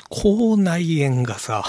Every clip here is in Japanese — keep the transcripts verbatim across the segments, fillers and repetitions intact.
口内炎がさ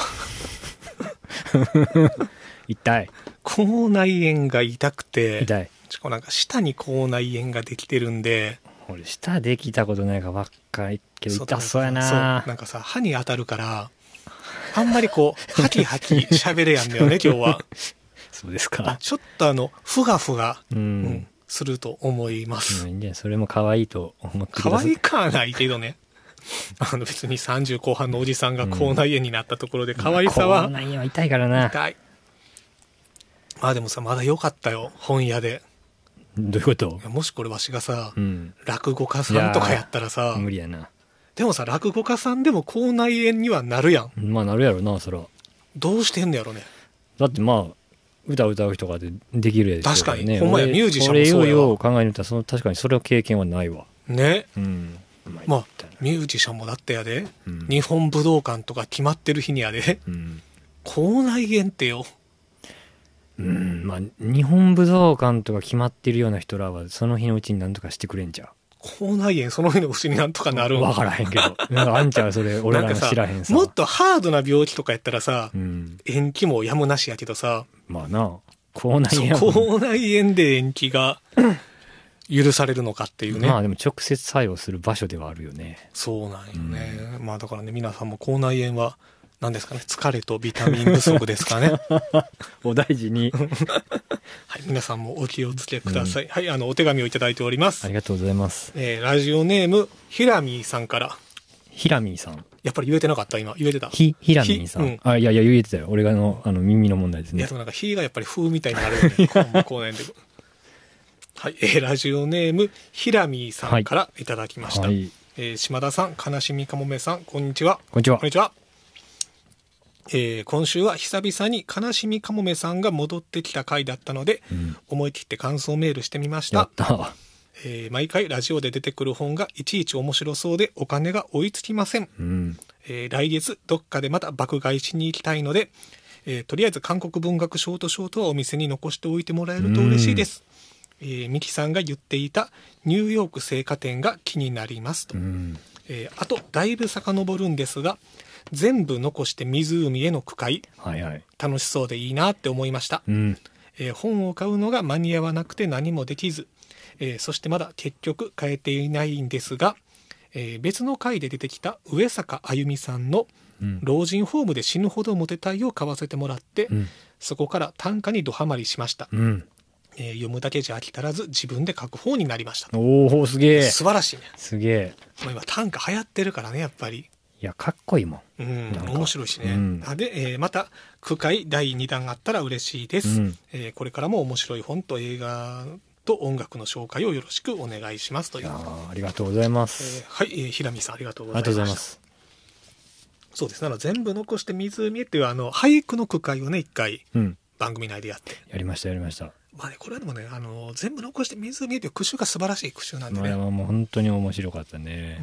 痛い。 口内炎が痛くて、 痛い。 しかもなんか舌に口内炎ができてるんで、 俺舌できたことないからばっかりけど痛そうやな。 そうなんかさ歯に当たるからあんまりこうハキハキ喋れやんだよね今日は。 そうですか。 ちょっとあのふがふが、 うん、うん、 すると思います。 いいんじゃない、それも可愛いと思ってください。 可愛くはないけどね。あの別にさんじゅう後半のおじさんが口内炎になったところで可愛さは、 口内炎は痛いからな。 痛い。まあでもさまだ良かったよ本屋で。 どういうこと？ もしこれわしがさ、 うん、 落語家さんとかやったらさ無理やな。 でもさ落語家さんでも口内炎にはなるやん。 まあなるやろなそら。 どうしてんのやろね。 だってまあ歌歌う人がでできるやつ、ね、 確かにほんまやミュージシャンもそうやわ。 俺よう考えるとその確かにそれは経験はないわね。 うん、 まあミュージシャンもだってやで、 うん、 日本武道館とか決まってる日にやで、うん、口内炎ってよ。 うんまあ日本武道館とか決まってるような人らはその日のうちに何とかしてくれんちゃう。 口内炎その日のうちになんとかなるん分からへんけどなんかあんちゃうそれ俺らの知らへんさ。 もっとハードな病気とかやったらさ、 うん、 延期もやむなしやけどさ、 まあな口内炎口内炎で延期が許されるのかっていうね。 まあでも直接作用する場所ではあるよね。 そうなんよね、うん、まあだからね皆さんも口内炎は何ですかね、疲れとビタミン不足ですかね。 お大事に。 はい、皆さんもお気をつけください。うん、はい、あのお手紙をいただいております。 ありがとうございます。 えー、ラジオネームひらみーさんから。 ひらみーさん。 やっぱり言えてなかった今言えてた。 ひひらみーさん。うん、あいやいや言えてたよ。俺がのあの耳の問題ですね。 いやでもなんかひがやっぱり風みたいになるよね。こうねで。はい、えー、ラジオネームひらみーさんからいただきました。はい、えー、島田さん、悲しみかもめさん、こんにちは。 こんにちは。 こんにちは。えー、今週は久々に悲しみかもめさんが戻ってきた回だったので、うん、思い切って感想メールしてみました。 やった、 えー、毎回ラジオで出てくる本がいちいち面白そうでお金が追いつきません。うん、えー、来月どっかでまた爆買いしに行きたいので、えー、とりあえず韓国文学ショートショートはお店に残しておいてもらえると嬉しいです。うん、えー、ミキさんが言っていたニューヨーク青果店が気になりますと。うん、えー、あとだいぶ遡るんですが、全部残して湖への句会、はいはい、楽しそうでいいなって思いました。うん、えー、本を買うのが間に合わなくて何もできず、えー、そしてまだ結局買えていないんですが、えー、別の回で出てきた上坂あゆみさんの老人ホームで死ぬほどモテたいを買わせてもらって、うん、そこから短歌にドハマりしました。うん、えー、読むだけじゃ飽き足らず自分で書く方になりました。 おおすげえ、 素晴らしいね。 すげえ。 今短歌流行ってるからねやっぱり。 いやかっこいいもん。 うん、面白いしね。うん、で、えー、また句会だいにだんあったら嬉しいです。うん、えー、これからも面白い本と映画と音楽の紹介をよろしくお願いしますという。 あ, ありがとうございます。 えー、はい、えー、平見さんありがとうございました。ありがとうございます。そうですね。全部残して湖へっていうあの俳句の句会をね一回番組内でやって、 うん、やりましたやりました。 まあね、これはでもねあの全部残して湖へという句集が素晴らしい句集なんでね。 まあ、もう本当に面白かったね。 うん。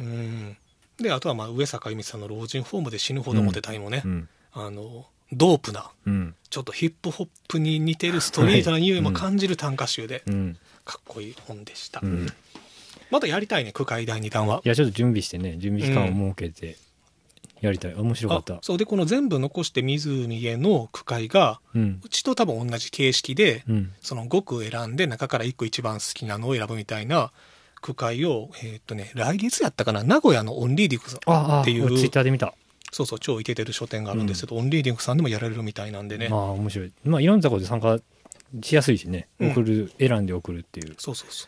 であとはまあ上坂由美さんの老人ホームで死ぬほどモテたいもね、うん、あのドープな、うん、ちょっとヒップホップに似てるストリートな匂いも感じる短歌集で、うん、かっこいい本でした。うん、またやりたいね句会だいにだんは。 いやちょっと準備してね準備期間を設けてやりたい、うん、面白かった。 そうでこの全部残して湖への句会が、うん、うちと多分同じ形式で、うん、そのごく選んで中からいっこ一番好きなのを選ぶみたいな句会を、えーっとね、来月やったかな名古屋のオンリーディングさんっていうツイッターで見た。 そうそう超イケてる書店があるんですけど、うん、オンリーディングさんでもやられるみたいなんでね。 まあ面白い。まあいろんなところで参加しやすいしね、うん、送る選んで送るっていう。 そうそうそう。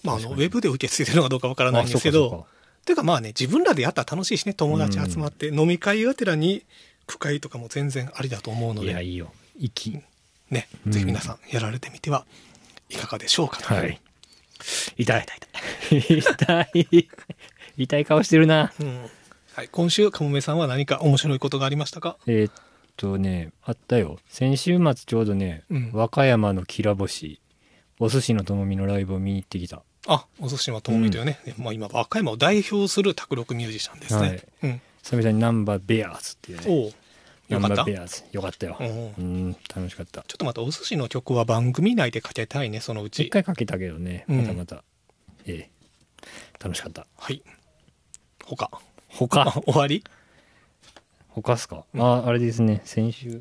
まああのウェブで受け付けてるのかどうかわからないんですけど、ていうかまあね自分らでやったら楽しいしね、友達集まって、うん、飲み会がてらに句会とかも全然ありだと思うので。 いやいいよ息ね、うん、ぜひ皆さんやられてみてはいかがでしょうかと。 はい。痛い痛い痛い痛い顔してるな。 うん、はい、今週かもめさんは何か面白いことがありましたか？ えー、っとねあったよ。先週末ちょうどね、うん、和歌山のきらぼしお寿司のともみのライブを見に行ってきた。 あ、お寿司のともみというね、うん、まあ、今和歌山を代表する卓録ミュージシャンですね。はい、うん、 久々にナンバーベアーズっていうね。 おナンバーベアーズよかったよ。うん、楽しかった。 ちょっとまたお寿司の曲は番組内でかけたいねそのうち。 一回かけたけどね、またまた、うん、ええ楽しかった。 はい。他他終わり他っすか、うん、あ、あれですね、先週。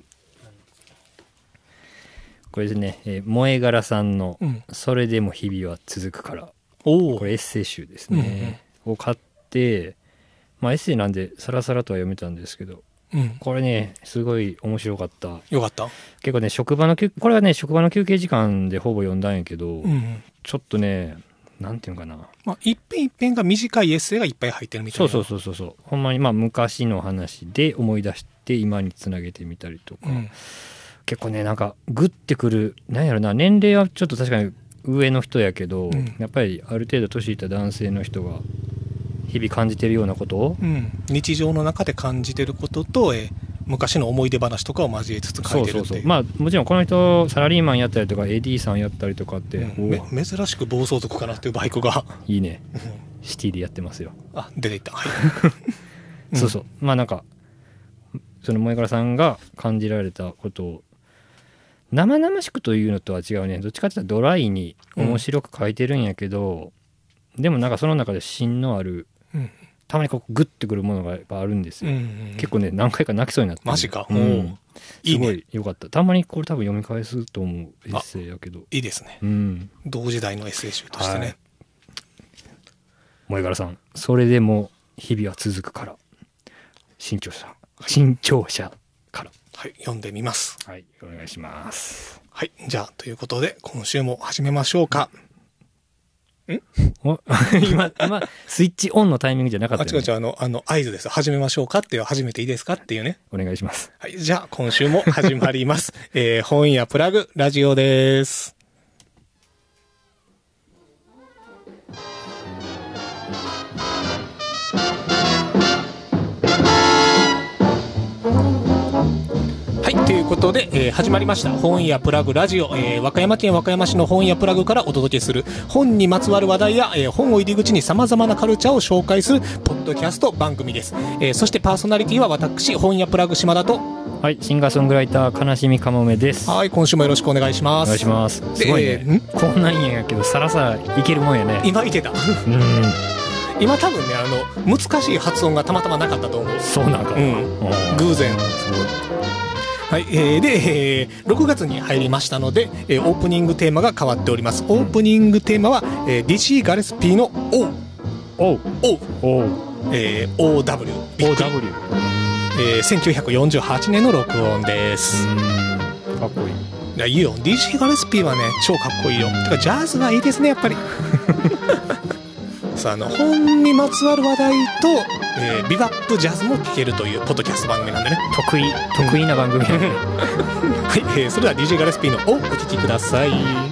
これですね、えー、萌え柄さんの、うん、それでも日々は続くから。これエッセイ集ですね。うんうん、を買って、まあエッセイなんでサラサラとは読めたんですけど、うん、これね、すごい面白かった。 よかった。 結構ね、職場の、これはね、職場の休憩時間でほぼ読んだんやけど、うんうん、ちょっとね、なんていうのかな。 まあ、一編一編が短いエッセイがいっぱい入ってるみたいな。 そうそうそうそう。ほんまにまあ昔の話で思い出して今につなげてみたりとか。うん、結構ね、なんかグッてくる、なんやろな、年齢はちょっと確かに上の人やけど、うん、やっぱりある程度年いった男性の人が日々感じてるようなことを、 うん、日常の中で感じてることと、え昔の思い出話とかを交えつつ書いてるっていう。そうそうそう。 まあもちろんこの人サラリーマンやったりとか エーディー さんやったりとかって、 うん、珍しく暴走族かなっていうバイクがいいね、うん、シティでやってますよ。 あ、出ていった、はいうん、そうそう。まあなんかその萌柄さんが感じられたことを生々しくというのとは違うね。どっちかっていうとドライに面白く書いてるんやけど、うん、でもなんかその中で芯のある、うん、たまにこうグッてくるものがやっぱあるんですよ、うんうん、結構ね何回か泣きそうになって、 マジか、 うん、すごい良かった。たまにこれ多分読み返すと思うエッセイやけどいいですね、 うん、 同時代のエッセイ集としてね、はい、 萌柄さん、それでも日々は続くから、新潮社、はい、新潮社から、 はい、読んでみます。 はい、お願いします。 はい、じゃあということで今週も始めましょうか。 ん今今スイッチオンのタイミングじゃなかったよね。 あ、違う違う、あのあの合図です。始めましょうかっていう、始めていいですかっていうね。 お願いします。 はい、じゃあ今週も始まります、えー、本屋プラグラジオです。ということで、えー、始まりました本屋プラグラジオ、えー、和歌山県和歌山市の本屋プラグからお届けする本にまつわる話題や、えー、本を入り口に様々なカルチャーを紹介するポッドキャスト番組です、えー、そしてパーソナリティは私本屋プラグ島田と、 はい、シンガーソングライター悲しみかもめです。 はい、今週もよろしくお願いします。 お願いします。すごいね、えー、こんなんやけどさらさらいけるもんやね。 今いけたうん今多分ね、あの難しい発音がたまたまなかったと思う。 そうなんか、うん、 偶然。はい、えー、で、えー、ろくがつに入りましたので、えー、オープニングテーマが変わっております。オープニングテーマは、えー、ディジー・ガレスピーの O O O、えー、オーダブリューオーダブリュー、 えー、せんきゅうひゃくよんじゅうはちねんの録音です。 うん、かっこいい。 いや、いいよ、 ディージー ガレスピーはね超かっこいいよ。てかジャズはいいですねやっぱりさあ、あの本にまつわる話題と、えー、ビバップジャズも聴けるというポッドキャスト番組なんでね、 得意得意な番組はい、 えー、それでは ディージェー ガレスピーのをお聴きください。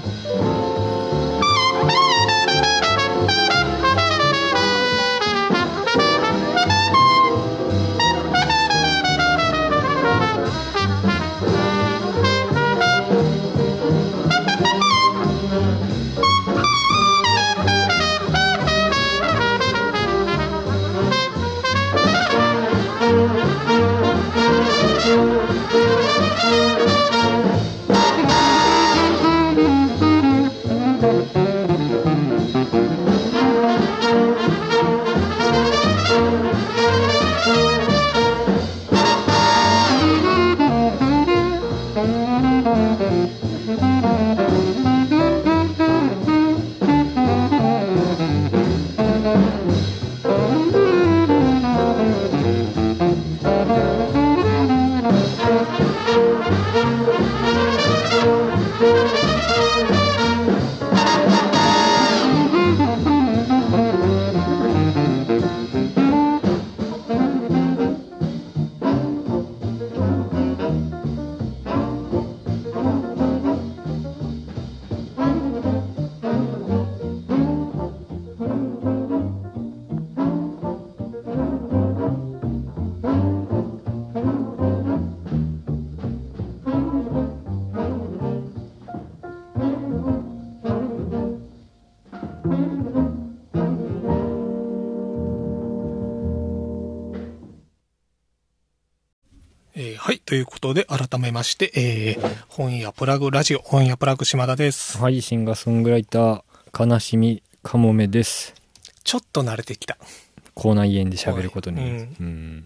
ということで改めまして、えー、本屋プラグラジオ本屋プラグ島田です。 はい、シンガーソングライター悲しみかもめです。 ちょっと慣れてきた。 口内炎で喋ることに、うんうん、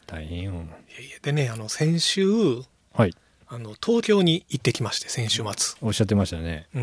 大変よ。 いやいやでね、あの、先週、 はい。 あの、東京に行ってきまして、先週末。 おっしゃってましたね。 うん。 うん。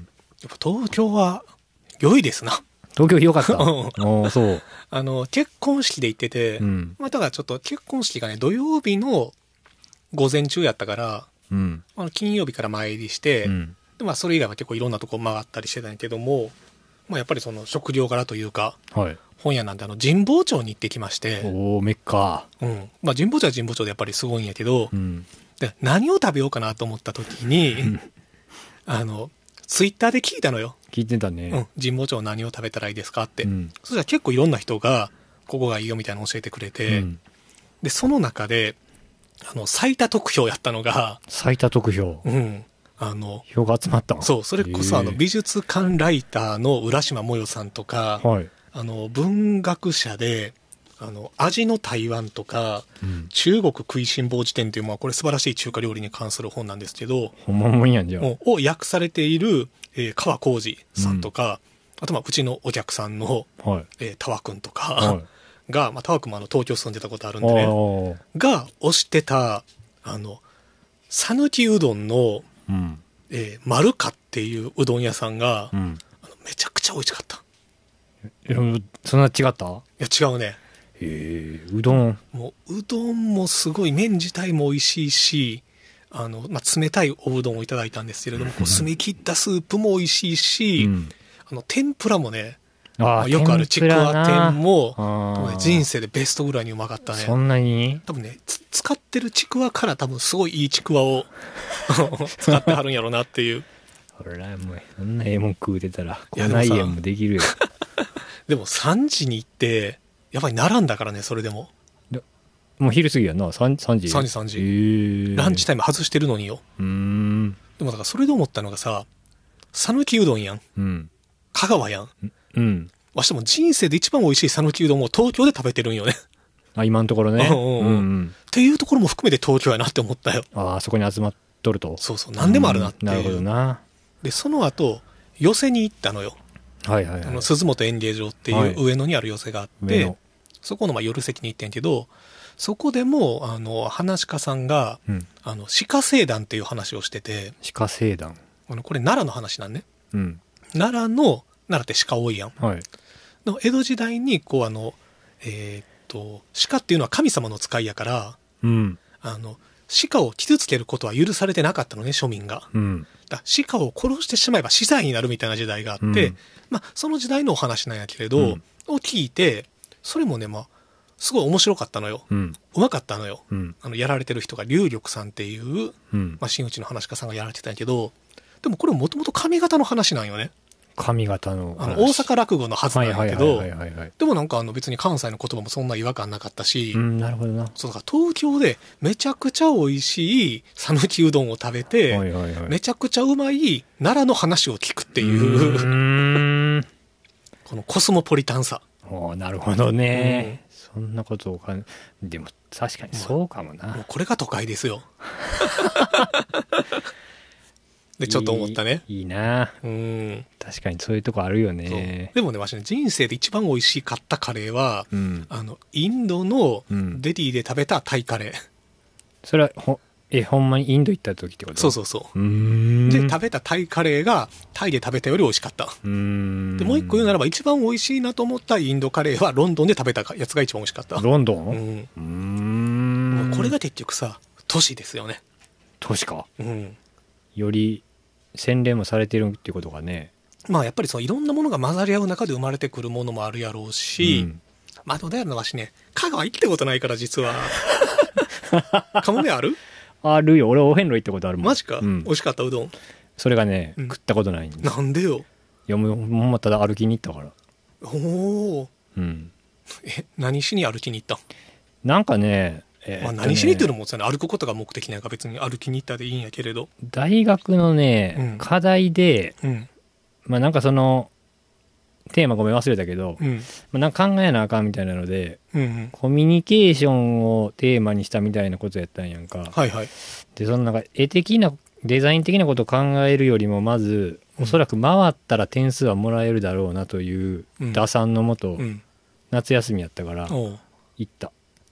やっぱ東京は、良いですな。 東京良かった。 うんおー、そう。 あの、結婚式で行ってて、 うん。 まあ、だからちょっと結婚式がね、土曜日の午前中やったから、 うん。 あの金曜日から前入りして、 うん。 でまあ、それ以外は結構いろんなとこ回ったりしてたんやけども、まあ、やっぱりその食料柄というか、 はい。 本屋なんであの神保町に行ってきまして、 おー、メッカうん。まあ、神保町は神保町でやっぱりすごいんやけど、 ー。うん。 で何を食べようかなと思った時に、あの、ツイッターで聞いたのよ。 聞いてたうんね。。 神保町何を食べたらいいですかって。 うん。 そしたら結構いろんな人が、ここがいいよみたいなの教えてくれて、 うん。 で、その中で、あの、最多得票やったのが、 最多得票。 うん。あの、 票が集まったの。 そう、それこそあの、美術館ライターの浦島もよさんとか、 はい。 あの、文学者で、あの、味の台湾とか、 うん。 中国食いしん坊辞典という、まあ、これ素晴らしい中華料理に関する本なんですけど、 ほんまもんやんじゃん。 をを訳されている、えー川浩二さんとか、あとまあうちのお客さんの、 はい。 えー、タワ君とか、 はい。 が、まあ、タワ君もあの東京住んでたことあるんであね、 ー。 が推してた、あの、讃岐うどんの、 うん。 えー、丸かっていううどん屋さんが、 うん。 あのめちゃくちゃ美味しかった。 え、そんな違った？ いや違うね。 へえ、うどん。 もううどんもすごい、麺自体も美味しいし、あの、まあ、冷たいおうどんをいただいたんですけれども、こう澄み切ったスープも美味しいし、 うん、 あの天ぷらもね、 あまあ、よくあるちくわ天も、もうね、人生生でベストぐらいにうまかったね。 そんなに？ 多分ね、つ使ってるちくわから多分すごいいいちくわを使ってはるんやろうなっていう。 ほらもうそんなええもん食うてたらいやでもさこないえんもできるよ。 でもさんじに行ってやっぱり並んだからね、それでももう昼過ぎやんな。 3, 3時さんじさんじ、 えー、 ランチタイム外してるのによ。 うーん。 でもだからそれで思ったのがさ、讃岐うどんやん、 うん。 香川やん、 うん。 わしても人生で一番美味しい讃岐うどんを東京で食べてるんよね。 あ、今のところね。 うんうんうんうんうん。 っていうところも含めて東京やなって思ったよ。 ああ、そこに集まっとると。 そうそう、何でもあるなっていう。 なるほどな。 でその後寄席に行ったのよ。 はいはいはい。 あの鈴本演芸場っていう上野にある寄席があって、 上野そこのまあ夜席に行ってんけど、そこでもあの噺家さんが、 うん、 あの鹿政談っていう話をしてて、 鹿政談。 あのこれ奈良の話なんね。 うん。 奈良の奈良って鹿多いやん。 はい。 の江戸時代にこうあのえーっと鹿っていうのは神様の使いやから、 うん。 あの鹿を傷つけることは許されてなかったのね、庶民が。 うん。 だ鹿を殺してしまえば死罪になるみたいな時代があって、 うん、 まあその時代のお話なんやけれど、 うん、 を聞いて、それもね、まあすごい面白かったのよ。 うん。 うまかったのよ。 うん。 あのやられてる人が龍玉さんっていう、 うん。 まあ真打ちの噺家さんがやられてたんやけど、でもこれもともと上方の話なんよね。 上方のあの大阪落語のはずなんやけど、 はいはいはいはいはい。 でもなんかあの別に関西の言葉もそんな違和感なかったし、 うん、なるほどな。 そうだから東京でめちゃくちゃ美味しい讃岐うどんを食べて、 はいはいはい、 めちゃくちゃうまい奈良の話を聞くっていう、 うーんこのコスモポリタンさ。 おなるほどね、うん、そんなことをかんでも確かにそうかもな、 もうこれが都会ですよ。でちょっと思ったね。 いい、いいな。 うん、 確かにそういうとこあるよね。 でもね、わしね、人生で一番美味しかったカレーは、 うん、 あのインドのデリーで食べたタイカレー、うん、 それはほえほんまにインド行った時ってこと？ そうそうそう。 うーんで食べたタイカレーがタイで食べたより美味しかった。 うーんでもう一個言うならば一番美味しいなと思ったインドカレーはロンドンで食べたやつが一番美味しかった。 ロンドン？ うん、 うーんもうこれが結局さ都市ですよね。 都市か、 うん、 より洗練もされてるっていうことがね。 まあやっぱりそのいろんなものが混ざり合う中で生まれてくるものもあるやろうし、うん、まあどうやらわしね、香川行ったことないから実は。カモメある？ あるよ、俺お遍路行ったことあるもん。 マジか、 うん、 美味しかったうどん。 それがね、うん、食ったことないんです。 なんでよ。いやもうほんまただ歩きに行ったから。 おお、 うん、 え何しに歩きに行ったん？ なんかね、えーっとね、 まあ、何しに行ってるのも歩くことが目的なんか別に歩きに行ったでいいんやけれど、 大学のね、うん、課題で、うん、まあなんかそのテーマごめん忘れたけど、うん、まあ、なんか考えなあかんみたいなので、うんうん、コミュニケーションをテーマにしたみたいなことやったんやんか。はいはい。でそのなんか絵的なデザイン的なことを考えるよりもまず、うん、おそらく回ったら点数はもらえるだろうなという打算のもと、うん、夏休みやったから行った。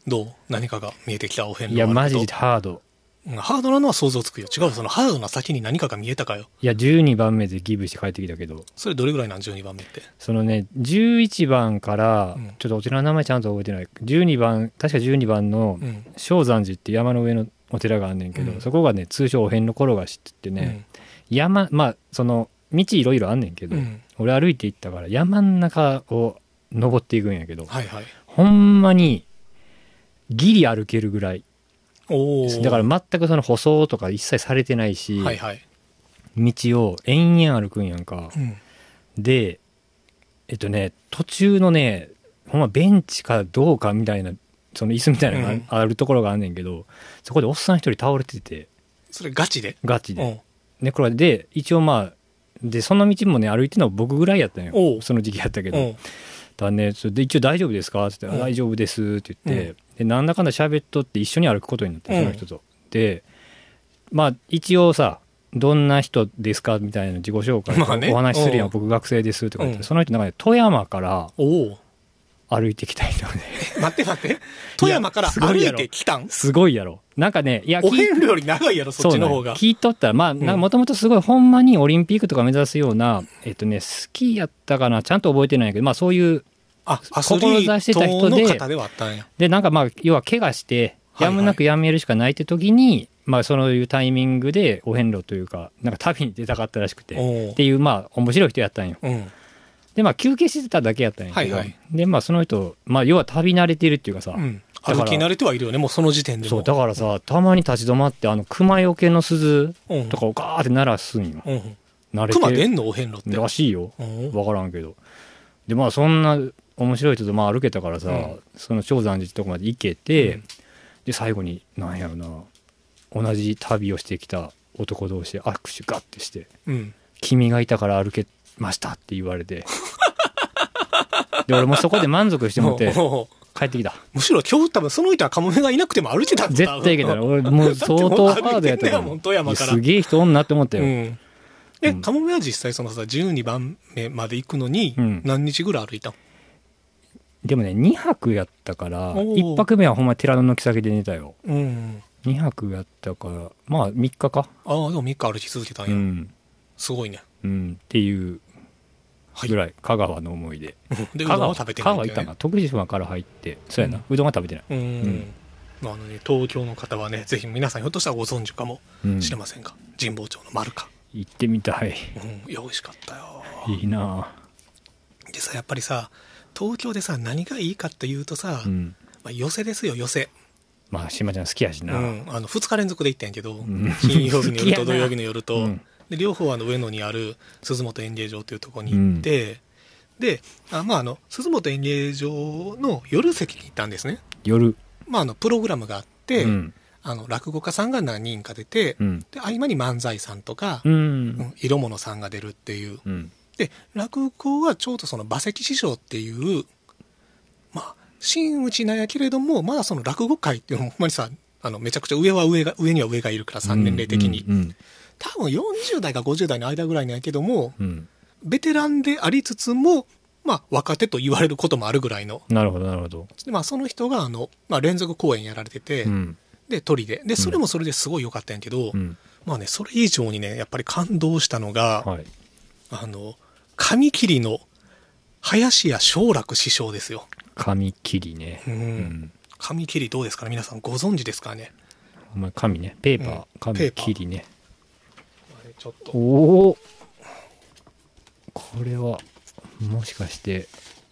どう何かが見えてきたお遍路いやがあることマジでハード。 うんハードなのは想像つくよ。違う、そのハードな先に何かが見えたかよ。 いやじゅうにばんめでギブして帰ってきたけど、 それどれぐらいなんじゅうにばんめって。 そのねじゅういちばんから、 うんちょっとお寺の名前ちゃんと覚えてない。じゅうにばん確かじゅうにばんのうん。 正山寺って山の上のお寺があんねんけど、 うんそこがね通称お遍路転がしって言ってね、山まあその道いろいろあんねんけど、 うん。うん。 俺歩いて行ったから山ん中を登っていくんやけど、 はいはい。 ほんまにギリ歩けるぐらいおお。 だから全くその舗装とか一切されてないし、 はいはい。 道を延々歩くんやんか。 うん。 でえっとね途中のねほんまベンチかどうかみたいなその椅子みたいなのうんがあるところがあんねんけど、そこでおっさん一人倒れててそれガチでガチでうん。 寝転がってで一応まあでその道もね歩いてるのは僕ぐらいやったんよおうその時期やったけど、 うん。 だねそれで一応大丈夫ですかって言って、 うん大丈夫ですって言って、 うんでなんだかんだ喋っとって一緒に歩くことになってうんその人と、でまあ一応さどんな人ですかみたいな自己紹介まあねお話しするやん、 うん僕学生ですとか言って、 うんその人なんかね富山からおお。 歩いてきた人で待って待って。富山からすごいやろ歩いてきたんすごいやろなんかねいやお聞い遍路より長いやろ、そっちの方が。 聞いとったらまあんもともとすごいほんまにオリンピックとか目指すようなえっとねスキーやったかなちゃんと覚えてないけどまあそういうあ、アスリートの方ではあったんや。 でなんかまあ要は怪我してはいはいやむなくやめるしかないって時に、まあそういうタイミングでお遍路というかなんか旅に出たかったらしくておっていうまあ面白い人やったんよ。 うん。 でまあ休憩してただけやったんやけど、 はいはいでまあその人まあ要は旅慣れてるっていうかさ、 うん。 だから歩き慣れてはいるよね、もうその時点でも。 そうだからさたまに立ち止まってあの熊よけの鈴うんとかをガーって鳴らすんよ。 うん。 慣れて熊出んのお遍路って。 らしいよ。 うん分からんけどでまあそんな面白い人とまあ歩けたからさ、 うんその正山寺ってとこまで行けて、 うんで最後になんやろな同じ旅をしてきた男同士で握手ガッてしてうん。 「君がいたから歩けました」って言われてで俺もそこで満足してもってもう帰ってきた。 むしろ今日多分その人はカモメがいなくても歩いてたんだ絶対いけたら俺もう相当ハードやったからもう富山からすげえ人おんなって思ったよ、 うん。え、カモメは実際そのさ、じゅうにばんめまで行くのにうん何日ぐらい歩いたん？ でもねにはくやったからおーいっぱくめはほんま寺の軒先で寝たよ。 うん。 にはくやったからまあみっかか。 ああ、でもみっか歩き続けたんや。 うん、 すごいね。 うん、っていうぐらい香川の思い出。 で、う香川どんは食べてないんだよね香川行ったんか。徳島から入ってそうやな、 うんうどんは食べてない。 うん。 うんまああのね、東京の方はね、ぜひ皆さんひょっとしたらご存知かもうんしれませんが、神保町の丸か。 行ってみたい。 うん。いや、美味しかったよ。 いいなでさ、やっぱりさ、東京でさ、何がいいかっていうとさ、 ぁ、うん、 まあ、寄せですよ、寄せ。 まあ島ちゃん好きやしな、 うん。あの、ふつか連続で行ったんやけど、 ん金曜日の夜好きやなと土曜日の夜と、 うんで両方あの上野にある鈴本演芸場というところに行って、で、あまあ、あの鈴本演芸場の夜席に行ったんですね。 夜、 まあ、あのプログラムがあって、 うんあの落語家さんが何人か出て、 うんで合間に漫才さんとか、 ううんん色物さんが出るっていう。 うんで落語はちょうどその馬関師匠っていう、まあ真打ちなんやけれどもまだその落語界っていうのもほんまにさ、あのめちゃくちゃ上は上が上には上がいるからさ年齢的に、 うん多分よんじゅう代かごじゅう代の間ぐらいなんやけども、 うんベテランでありつつも、まあ、若手と言われることもあるぐらいの。 なるほどなるほど、 で、まあ、その人が、あの、まあ、連続公演やられてて、 うんで、鳥で。で、それもそれですごい良かったんやけど、 うん、 まあね、それ以上にね、やっぱり感動したのが、 はい、 あの、紙切りの林家正楽師匠ですよ。 紙切りね、 うん。 うん紙切りどうですかね皆さんご存知ですかね？ お前紙ねペーパー、 うん紙切りね。 あれちょっと。 おおこれはもしかして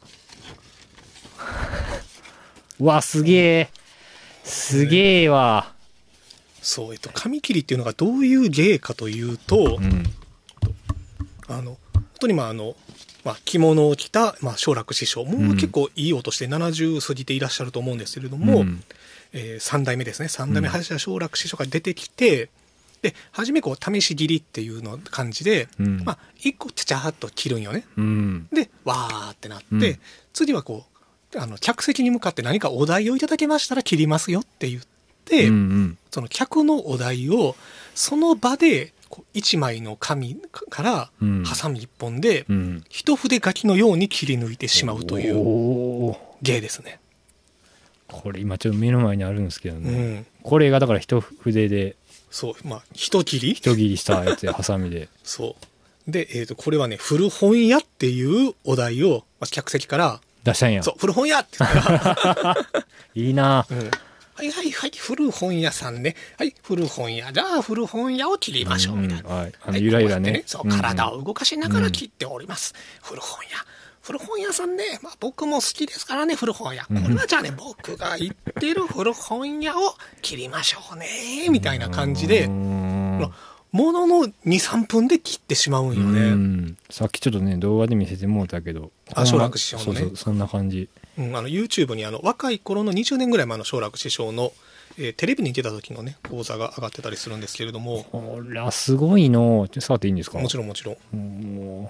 うわすげえすげえわ、 そう、えっと、紙切りっていうのがどういう芸かというと、 うんあの、本当にまああの、まあ、着物を着た、まあ、正楽師匠、もう結構いいお年でななじゅう過ぎていらっしゃると思うんですけれども、 うんえー、さん代目ですね。さん代目林家正楽師匠が出てきて、で、初めこう、試し切りっていうの感じで、 うんまあ、一個ちゃちゃーっと切るんよね。 うんで、わーってなって、 うん次はこう、あの、客席に向かって何かお題をいただけましたら切りますよって言って、 うんうんその客のお題を、その場で、こう一枚の紙からうんハサミ一本でうん一筆書きのように切り抜いてしまうというおー芸ですね。 これ今ちょっと目の前にあるんですけどうね、 ん。 これがだから一筆でそう。まあ、一切り一切りしたやつでハサミでそう。で、えっ、と、これはね、古本屋っていうお題を、まあ、客席から、 出したんや。 そう、古本屋って言ったら、 いいなうん。はいはいはい、古本屋さんね。はい、古本屋。じゃあ、古本屋を切りましょう、みたいな。 うんはいあのはいゆらゆらねこうやってそう、 うんうん体を動かしながら切っております。古本屋。古本屋さんね、まあ、僕も好きですからね、古本屋。これはじゃあね、僕が行ってる古本屋を切りましょうね、みたいな感じで、 うーんまあもののに、さんぷんで切ってしまうんようね。 んさっきちょっとね動画で見せてもらったけど、 あ正楽師匠のねそうそうそんな感じ。 うん、あの YouTube にあの若い頃のにじゅうねんぐらい前の正楽師匠の、えーテレビに出た時のね講座が上がってたりするんですけれども、 これはすごいの。ちょっと触っていいんですか？ もちろんもちろん。 も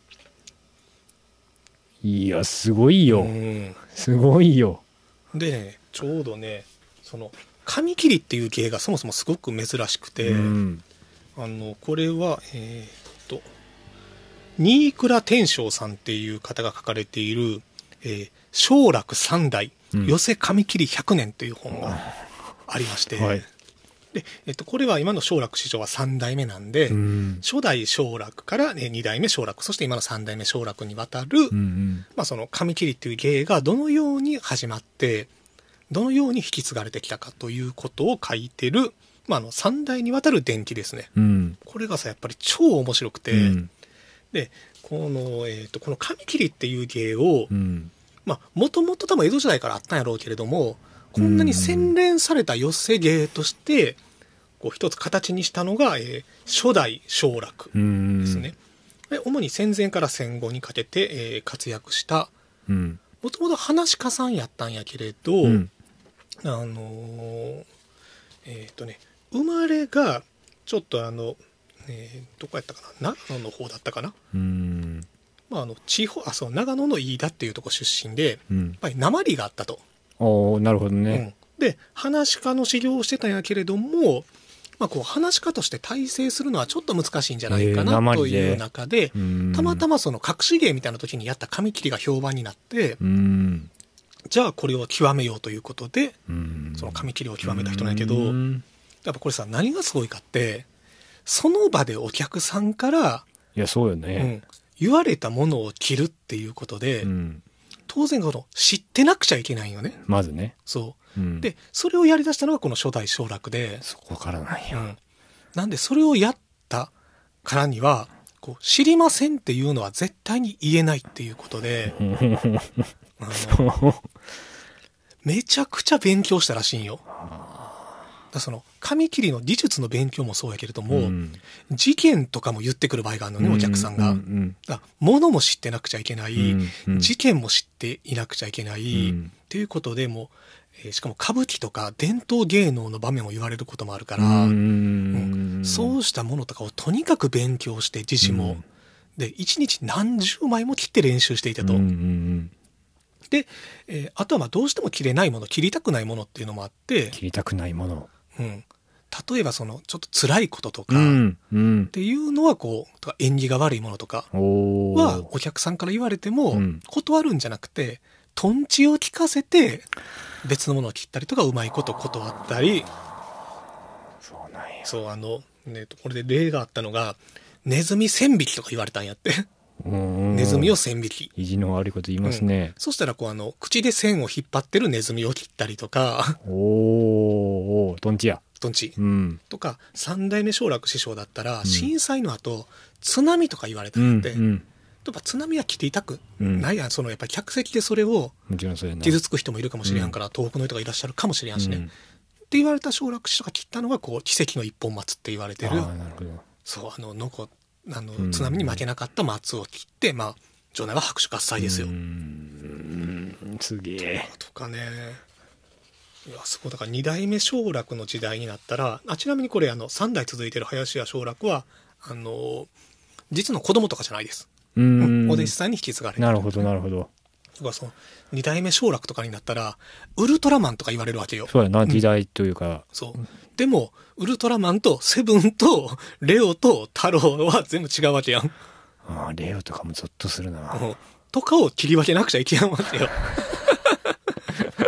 ういやすごいよ、 うんすごいよ。 でね、ちょうどね、その紙切りっていう芸がそもそもすごく珍しくて、 うんあのこれはえーっと新倉天正さんっていう方が書かれている「えー正楽三代うん寄せ紙切りひゃくねん」という本がありまして、 はいでえっと、これは今の正楽師匠はさん代目なんで、 うん初代正楽からねに代目正楽、そして今のさん代目正楽にわたる、 うんうんまあ、その紙切りっていう芸がどのように始まってどのように引き継がれてきたかということを書いてる、まあ、あのさん代にわたる伝記ですね。 うんこれがさやっぱり超面白くて、 うんでこの、えー、とこの紙切りっていう芸をうんまあもともと多分江戸時代からあったんやろうけれども、こんなに洗練された寄せ芸としてこう一つ形にしたのが、えー初代正楽うんですね。で主に戦前から戦後にかけて、えー活躍したうんもともと噺家さんやったんやけれど、 うんあのーえっ、とね生まれがちょっとあの、えーどこやったかな、長野の方だったかな、 うんまあ、あの地方あそう長野の飯田っていうとこ出身でやっうんぱり訛りがあったと、 おーなるほどうね。 ん、で噺家の修行をしてたんやけれども、まあ、こう噺家として大成するのはちょっと難しいんじゃないかえーな訛りでという中で、 うんたまたまその隠し芸みたいな時にやった紙切りが評判になって、 うんじゃあこれを極めようということでうんその紙切りを極めた人なんやけど、 うんやっぱこれさ何がすごいかってその場でお客さんから、 いやそうようね。 ん、言われたものを切るっていうことで、 うん当然この知ってなくちゃいけないよね。 まずね。 そううんでそれをやりだしたのがこの初代正楽で、 そこからなんや。 うん、なんでそれをやったからにはこう知りませんっていうのは絶対に言えないっていうことであのめちゃくちゃ勉強したらしいんよ。だその紙切りの技術の勉強もそうやけれども、 うん事件とかも言ってくる場合があるのね、お客さんが。 うんうんだから物も知ってなくちゃいけない、 うんうん事件も知っていなくちゃいけない、 うんっていうことでもう、えーしかも歌舞伎とか伝統芸能の場面を言われることもあるから、 うんうんそうしたものとかをとにかく勉強して自身も、 うんで一日何十枚も切って練習していたと、 うんうんで、えーあとはまあどうしても切れないもの切りたくないものっていうのもあって、 切りたくないもの。 うん、例えばそのちょっと辛いこととか、っうんうんていうのはこうとか縁起が悪いものとかおはーお客さんから言われてもうん断るんじゃなくて、とんちを聞かせて別のものを切ったりとかうまいこと断ったり、 そうなんや。 そうあの、ね、これで例があったのがネズミ線引きとか言われたんやってうんネズミを線引き、 意地の悪いこと言いますね。 そしたらこうあの口で線を引っ張ってるネズミを切ったりとかおーおートンチや。 とんちうんとか三代目正楽師匠だったら、 ん震災の後津波とか言われたうんんやって、 うんやっぱ津波は切りたくうんないやん、そのやっぱり客席でそれをもちろんそうやな。 傷つく人もいるかもしれんから、遠くの人がいらっしゃるかもしれんしね、 うんって言われた正楽師匠が切ったのがこう奇跡の一本松って言われてる、 あーなるほど。 そうあののこあのうん津波に負けなかった松を切って、まあ場内は拍手喝采ですよ、 うーんすげえ。 とかね、いやすごいだからに代目正楽の時代になったら、あちなみにこれあのさん代続いてる林家正楽はあの実の子供とかじゃないです、 うーんお弟子さんに引き継がれてる。 なるほどなるほど。 とかそのに代目正楽とかになったらウルトラマンとか言われるわけよ。 そうやな時代というか。 そうでもウルトラマンとセブンとレオと太郎は全部違うわけやん、 ああレオとかもゾッとするな。 うんとかを切り分けなくちゃいけないわけよ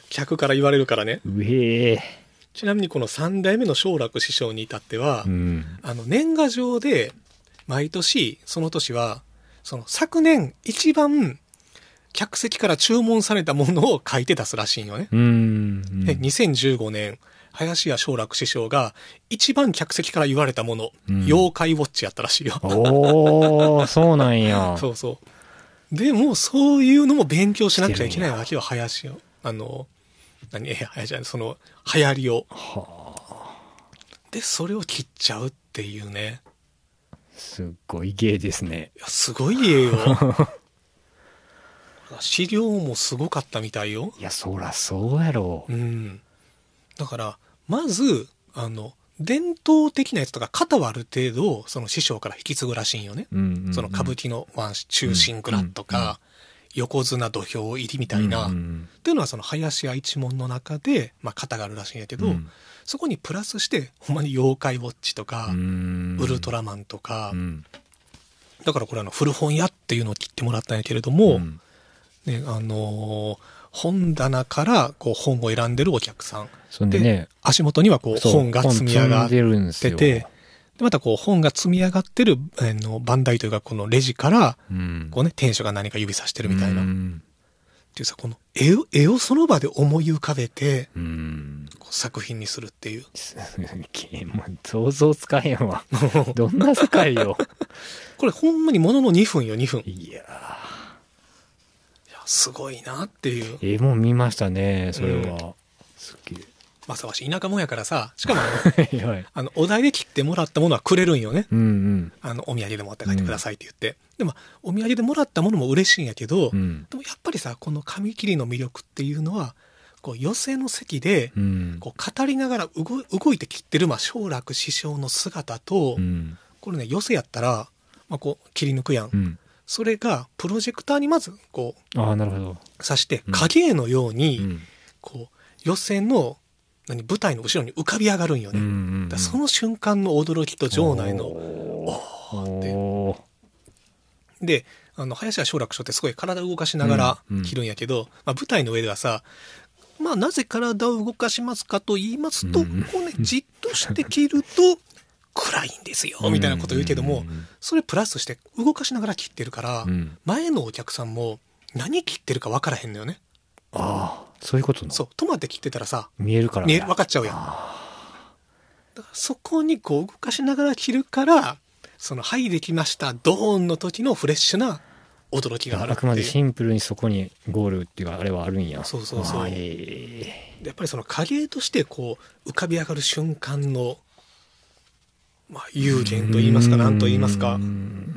客から言われるからね。 うえー。 ちなみにこのさん代目の正楽師匠に至っては、 うん、 あの年賀状で毎年その年はその昨年一番客席から注文されたものを書いて出すらしいんよね。 うん、 でにせんじゅうごねん林家正楽師匠が一番客席から言われたもの、うん、妖怪ウォッチやったらしいよ。 おー、そうなんや。 そうそう。でもそういうのも勉強しなくちゃいけないわけよ、林よ。あの何え林じゃないその流行りを。はあ。でそれを切っちゃうっていうね。 すごい芸ですね。 いやすごい芸よ。資料もすごかったみたいよ。 いやそらそうやろう。 うん。だからまずあの伝統的なやつとか型はある程度その師匠から引き継ぐらしいんよね。うんうんうん、その歌舞伎のワン中心蔵とか、うんうんうん、横綱土俵入りみたいな、うんうん、っていうのはその林家一門の中で、まあ、型があるらしいんやけど、うん、そこにプラスしてほんまに妖怪ウォッチとか、うん、ウルトラマンとか、うん、だからこれあの古本屋っていうのを切ってもらったんやけれども、うんね、あのー、本棚からこう本を選んでるお客さん。 そんでね、 足元にはこう本が積み上がってて、でまたこう本が積み上がってる、あの番台というかこのレジから、こうね、店主が何か指さしてるみたいな。うん、っていうさ、この絵を、絵をその場で思い浮かべて、うん、こう作品にするっていう。 もう想像つかへんわ。どんな世界よ。 これほんまにもののにふんよ、にふん。 いやー。 すごいなっていう。 ええもん見ましたね、それは。うん、すげえ。まさわし田舎もんやからさ、しかもあの、はい、あのお題で切ってもらったものはくれるんよね。うんうん、あのお土産で持って帰ってくださいって言って。うん、でもお土産でもらったものも嬉しいんやけど、うん、でもやっぱりさ、この紙切りの魅力っていうのは、こう寄席の席で、うん、こう語りながら動動いて切ってる、まあ、正楽師匠の姿と、うん、これね、寄席やったら、まあ、こう切り抜くやん。うん、それがプロジェクターにまずこうあなるほど挿して影絵のようにこう寄席の何舞台の後ろに浮かび上がるんよね。うんうんうん、だその瞬間の驚きと場内のおーってであの林家正楽師匠ってすごい体を動かしながら切るんやけど、うんうんまあ、舞台の上ではさまあなぜ体を動かしますかと言いますと、うんうん、こうねじっとして切ると暗いんですよみたいなこと言うけども、それプラスして動かしながら切ってるから、うん、前のお客さんも何切ってるか分からへんのよね。 ああそういうことのそう止まって切ってたらさ見えるから見える分かっちゃうやん。だからそこにこう動かしながら切るからそのはいできましたドーンの時のフレッシュな驚きがあるっていう。 あくまでシンプルにそこにゴールっていうあれはあるんや。 そうそうそう、えー、やっぱりその影としてこう浮かび上がる瞬間のまあ、有限と言いますか何と言いますか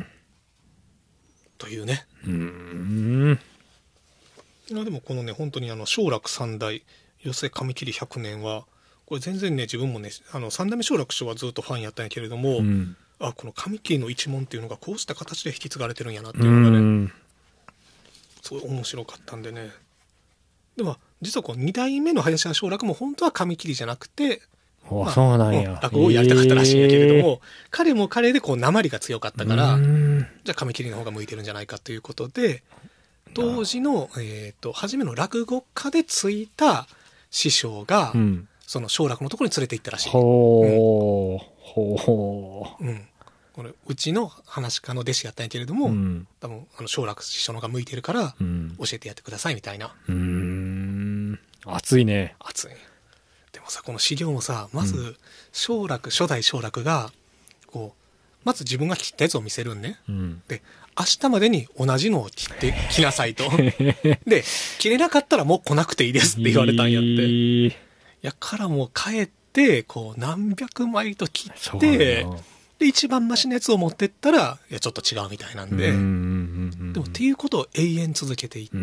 というね。うーんいやでもこのね本当にあの正楽三代寄席紙切りひゃくねんはこれ全然ね自分もねあの三代目正楽師匠はずっとファンやったんやけれども、うん、あこの紙切りの一門っていうのがこうした形で引き継がれてるんやなっていうのがねすごい面白かったんでね。でも実はこうに代目の林家正楽も本当は紙切りじゃなくてまあ、そうなんや、 落語をやりたかったらしいんやけれども、えー、彼も彼でこう訛りが強かったからじゃあ紙切りの方が向いてるんじゃないかということで当時の、えー、と初めの落語家でついた師匠が、うん、その正楽のところに連れて行ったらしい。ほう、うん、ほう、うん、これうちの話家の弟子やったんやけれども、うん、多分あの正楽師匠の方が向いてるから、うん、教えてやってくださいみたいな。うーん熱いね。 熱い。でもさこの資料もさまず正楽、うん、初代正楽がこうまず自分が切ったやつを見せるんね、うん、で明日までに同じのを切ってきなさいとで切れなかったらもう来なくていいですって言われたんやって、えー、やからもう帰ってこう何百枚と切ってで一番マシなやつを持ってったらいやちょっと違うみたいなんで、うんうんうんうん、でもっていうことを永遠続けていって、うん、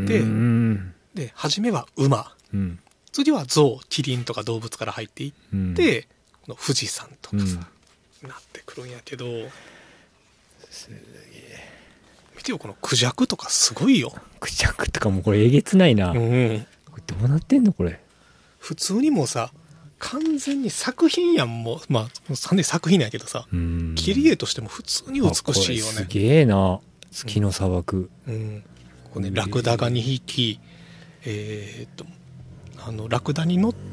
で初めは馬、うん次は象、キリンとか動物から入っていって、うん、この富士山とかさ、うん、なってくるんやけどすげえ見てよこのクジャクとかすごいよ。 クジャクとかもうこれえげつないな、うん、これどうなってんのこれ。 普通にもうさ完全に作品やんもうまあ完全に作品なんやけどさ切り絵としても普通に美しいよね。 すげえな月の砂漠、 うんうん、これねラクダがにひきえー、っとあのラクダに乗って、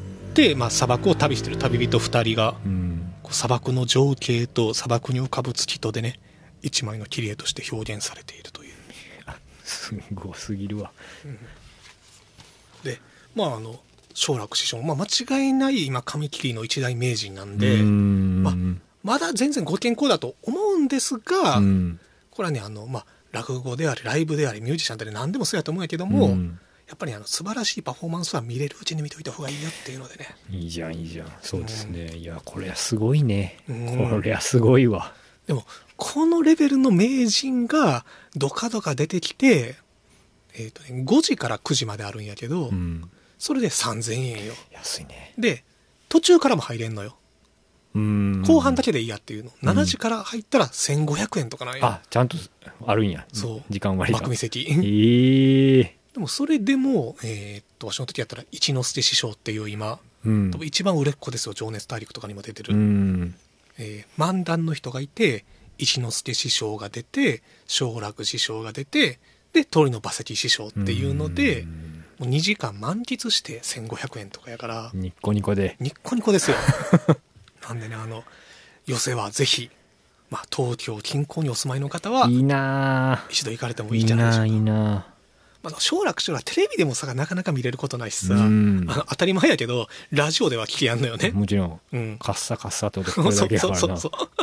まあ、砂漠を旅してる旅人ふたりが、うん、こう砂漠の情景と砂漠に浮かぶ月とでね一枚の切り絵として表現されているという。 すごすぎるわ、うん、 でまああの正楽師匠、まあ、間違いない今紙切りの一大名人なんで、ん、まあ、まだ全然ご健康だと思うんですが、うん、これはねあの、まあ、落語でありライブでありミュージシャンであり何でもそうやと思うんやけども、うん、やっぱりあの素晴らしいパフォーマンスは見れるうちに見といた方がいいよっていうのでね。 いいじゃんいいじゃん。そうですね、うん、いやこれはすごいね、うん、これはすごいわ。 でもこのレベルの名人がドカドカ出てきて、えーとね、ごじからくじまであるんやけど、うん、それでさんぜんえんよ。 安いね。 で途中からも入れんのよ。うーん、後半だけでいいやっていうの、うん、しちじから入ったらせんごひゃくえんとかなんや。 あちゃんとあるんや。そう時間割が幕見席。えー、 でもそれでも、えー、っとわしの時やったら一之輔師匠っていう今、うん、一番売れっ子ですよ。情熱大陸とかにも出てる、うんえー、漫談の人がいて一之輔師匠が出て正楽師匠が出てで通りの馬関師匠っていうので、もうにじかん満喫してせんごひゃくえんとかやから、 ニッコニコでニッコニコですよなんでねあの寄席はぜひ、まあ、東京近郊にお住まいの方はいいな一度行かれてもいいんじゃないでしょうか。 いいな、いいな。 まあ、正楽師匠はテレビでもさなかなか見れることないしさ、あの当たり前やけどラジオでは聞きやんのよね。 もちろん、うん、カッサカッサとでこれだけやからな。そうそうそうそう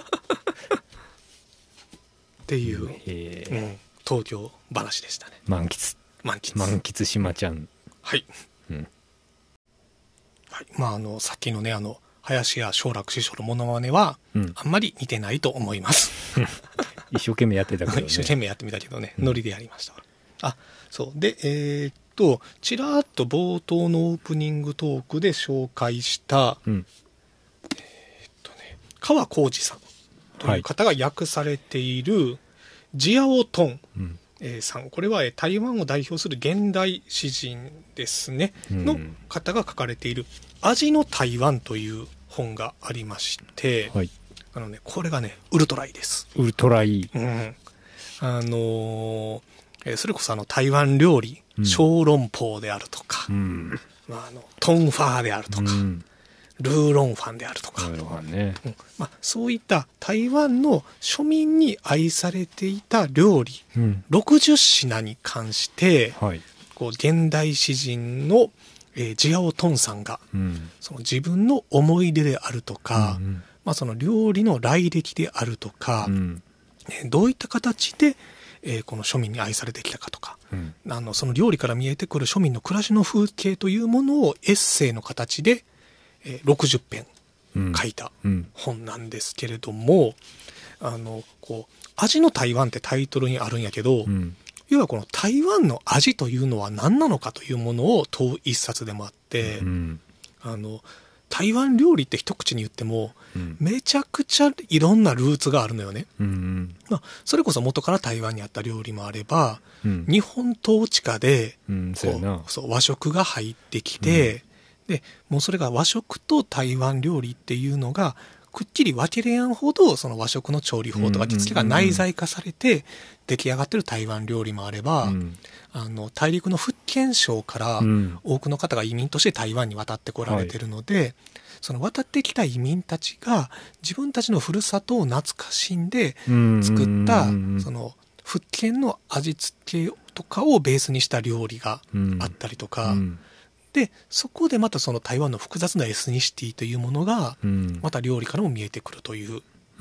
っていう、えーうん、東京話でしたね。 満喫満喫満喫しまちゃん。 はい、うんはい、まああのさっきのねあの林家正楽師匠のモノマネは、うん、あんまり似てないと思います一生懸命やってたけどね一生懸命やってみたけどね、うん、ノリでやりました。あそうでえー、っとちらっと冒頭のオープニングトークで紹介した、うん、えー、っとね川浩二さんという方が訳されているジアオトン、うんえー、さん、これは台湾を代表する現代詩人ですね、うん、の方が書かれている味の台湾という本がありまして、はい、あのね、これがねウルトラいいです。 ウルトラいい、 うん、あのーえー、それこそあの台湾料理、うん、小籠包であるとか、うんまあ、あのトンファーであるとか、うんルーロンファンであるとか、 ねうんまあ、そういった台湾の庶民に愛されていた料理、うん、ろくじゅっしなに関して、はい、こう現代詩人の、えー、ジアオトンさんが、うん、その自分の思い出であるとか、うんうんまあ、その料理の来歴であるとか、うんね、どういった形で、えー、この庶民に愛されてきたかとか、うん、あのその料理から見えてくる庶民の暮らしの風景というものをエッセイの形でろくじゅっぺん書いた本なんですけれども、うんうん、あのこう味の台湾ってタイトルにあるんやけど、うん、要はこの台湾の味というのは何なのかというものを問う一冊でもあって、うん、あの台湾料理って一口に言っても、うん、めちゃくちゃいろんなルーツがあるのよね、うんうんまあ、それこそ元から台湾にあった料理もあれば、うん、日本統治下で、うん、こうそう和食が入ってきて、うんでもうそれが和食と台湾料理っていうのがくっきり分けれやんほどその和食の調理法とか味付けが内在化されて出来上がってる台湾料理もあれば、うん、あの大陸の福建省から多くの方が移民として台湾に渡ってこられてるので、はい、その渡ってきた移民たちが自分たちのふるさとを懐かしんで作ったその福建の味付けとかをベースにした料理があったりとか、うんうんでそこでまたその台湾の複雑なエスニシティというものがまた料理からも見えてくるという、うん、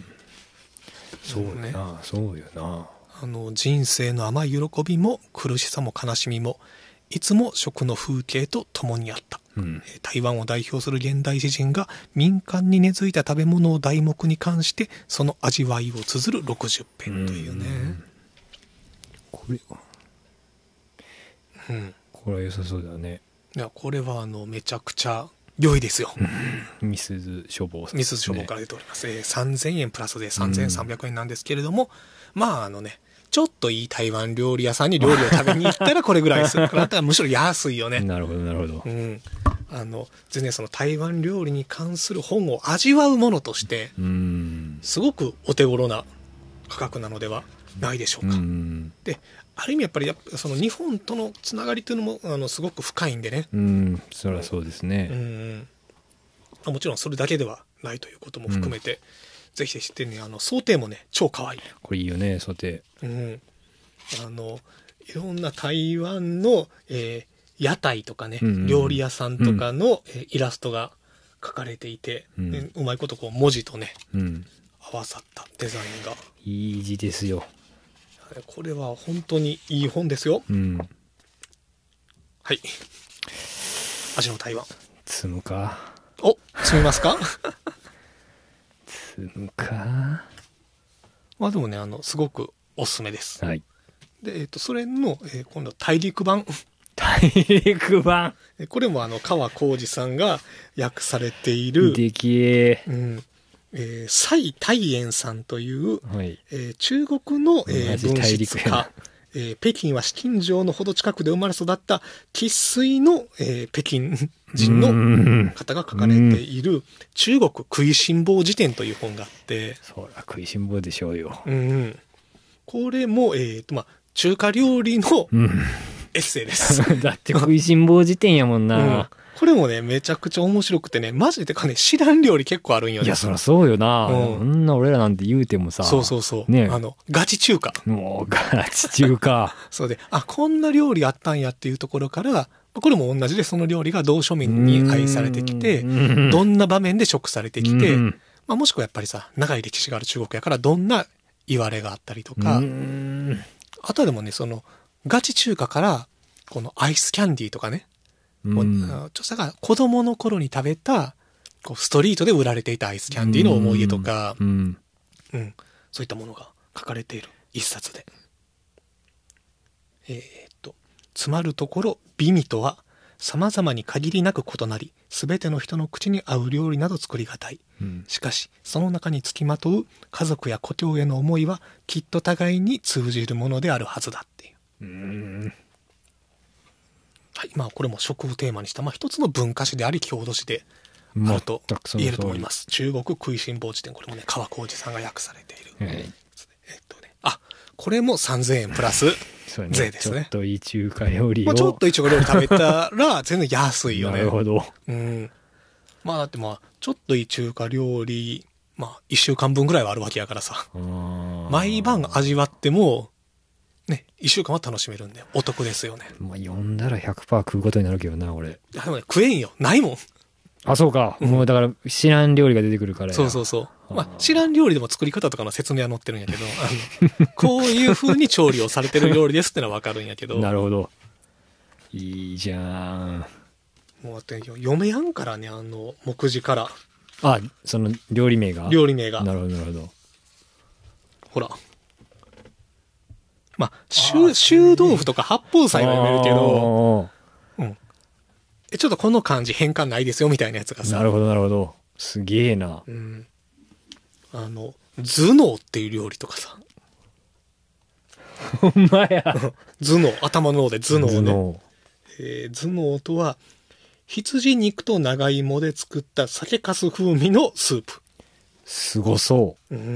そうよな、ね、そうよなあの人生の甘い喜びも苦しさも悲しみもいつも食の風景と共にあった、うん、台湾を代表する現代詩人が民間に根付いた食べ物を題目に関してその味わいを綴るろくじゅっぺんというね、うん、 これはうんこれは良さそうだね。 いやこれはあのめちゃくちゃ良いですよ。 みすず書房さん、 ね、みすず書房から出ております、えー、さんぜんえんプラスでさんぜんさんびゃくえんなんですけれども、うん、まああのねちょっといい台湾料理屋さんに料理を食べに行ったらこれぐらいするからむしろ安いよね。 なるほどなるほど、うん、 あの全然その台湾料理に関する本を味わうものとして、うん、すごくお手頃な価格なのではないでしょうか。 うん、 である意味やっぱりやっぱその日本とのつながりというのもあのすごく深いんでね、 うん、そりゃそうですね。 うんもちろんそれだけではないということも含めて、うん、ぜひぜひってね、あの想定もね超可愛い。 これいいよね想定。 うん、あのいろんな台湾の、えー、屋台とかね、うんうん、料理屋さんとかの、うんえー、イラストが描かれていて、うん、うまいことこう文字とね、うん、合わさったデザインがいい字ですよ。 これは本当にいい本ですよ。うん、はい味の台湾積むか。 お積みますか積むか。 まあでもねあのすごくおすすめです。 はい。 でえっ、ー、とそれの、えー、今度は大陸版大陸版これもあの川浩二さんが訳されているできえ、 うんえー、蔡大燕さんという、 はいえー、中国の、えー、文筆家、えー、北京は紫禁城のほど近くで生まれ育った生粋の、えー、北京人の方が書かれている中国食いしん坊辞典という本があって、 そりゃ食いしん坊でしょうよ。 うん、これも、えーとまあ、中華料理のエッセイです。 だって食いしん坊辞典やもんな。うんこれもね、めちゃくちゃ面白くてね、マジでかね、知らん料理結構あるんよね。 いや、そりゃそうよな。うん、そんな俺らなんて言うてもさ。 そうそうそう。 ねあの、ガチ中華。 もう、ガチ中華。 そうで、あ、こんな料理あったんやっていうところから、これも同じでその料理がどう庶民に愛されてきて、どんな場面で食されてきて、まあ、もしくはやっぱりさ、長い歴史がある中国やからどんな言われがあったりとか、あとはでもね、その、ガチ中華から、このアイスキャンディーとかね、うん、著者が子供の頃に食べたこうストリートで売られていたアイスキャンディーの思い出とか、うんうん、そういったものが書かれている一冊で、えー、っとつまるところ美味とは様々に限りなく異なり全ての人の口に合う料理など作りがたい、うん、しかしその中につきまとう家族や故郷への思いはきっと互いに通じるものであるはずだっていう、うんはいまあ、これも食をテーマにした、まあ、一つの文化史であり郷土史であると言えると思います。中国食いしん坊辞典、これもね川浩二さんが訳されている、はいえっとね、あこれもさんぜんえんプラス税ですね。 ちょっといい中華料理を、 まあ、ちょっといい中華料理食べたら全然安いよね。 なるほど、 うん、まあだってまあちょっといい中華料理まあいっしゅうかんぶんぐらいはあるわけやからさ、毎晩味わってもね、いっしゅうかんは楽しめるんでお得ですよね。 まあ読んだら ひゃくパーセント 食うことになるけどな俺。いやでもね食えんよ、ないもん。 あそうか、うん、もうだから知らん料理が出てくるからや。 そうそうそう、まあ、知らん料理でも作り方とかの説明は載ってるんやけどあのこういう風に調理をされてる料理ですってのは分かるんやけどなるほど、いいじゃん。 もうだって読めやんからね、あの目次から。 あその料理名が料理名がなるほどなるほど。 ほらまあ、臭、臭豆腐とか八宝菜は読めるけど、うん。え、ちょっとこの漢字変換ないですよみたいなやつがさ。 なるほどなるほど。すげえな。 うん。あの、頭脳っていう料理とかさ。 ほんまや。 頭脳、頭の脳で頭脳ね。頭脳。えー、頭脳とは、羊肉と長芋で作った酒粕風味のスープ。 すごそう。 うん。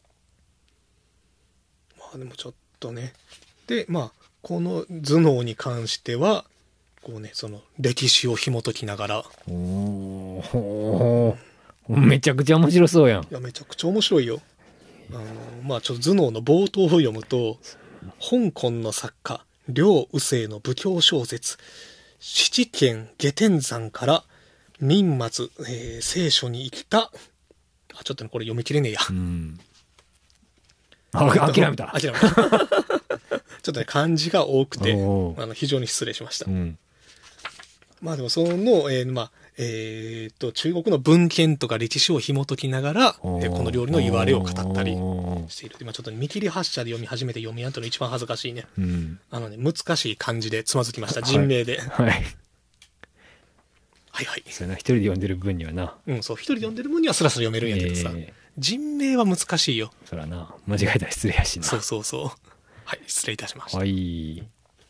まあでもちょっと、とね、でまあこの頭脳に関してはこうねその歴史を紐解きながら、 おおめちゃくちゃ面白そうやん。いやめちゃくちゃ面白いよ。あのまあちょっと頭脳の冒頭を読むと、香港の作家梁羽生の武教小説七賢下天山から明末、えー、聖書に生きた、あちょっとねこれ読み切れねえや、うんあ諦めた諦めたちょっとね漢字が多くてあの非常に失礼しました、うん、まあでもその、えー、まあえー、っと中国の文献とか歴史を紐解きながら、えー、この料理の言われを語ったりしている。今ちょっと見切り発車で読み始めて読みやんとの一番恥ずかしいね、うん、あのね難しい漢字でつまずきました、人名で、はい、はいはいはいそれな一人で読んでる分にはな、 うんそう一人で読んでる分にはスラスラ読めるんやけどさ、えー人名は難しいよ。 そらな間違えたら失礼やしな。 そうそうそう。はい失礼いたしました。 はい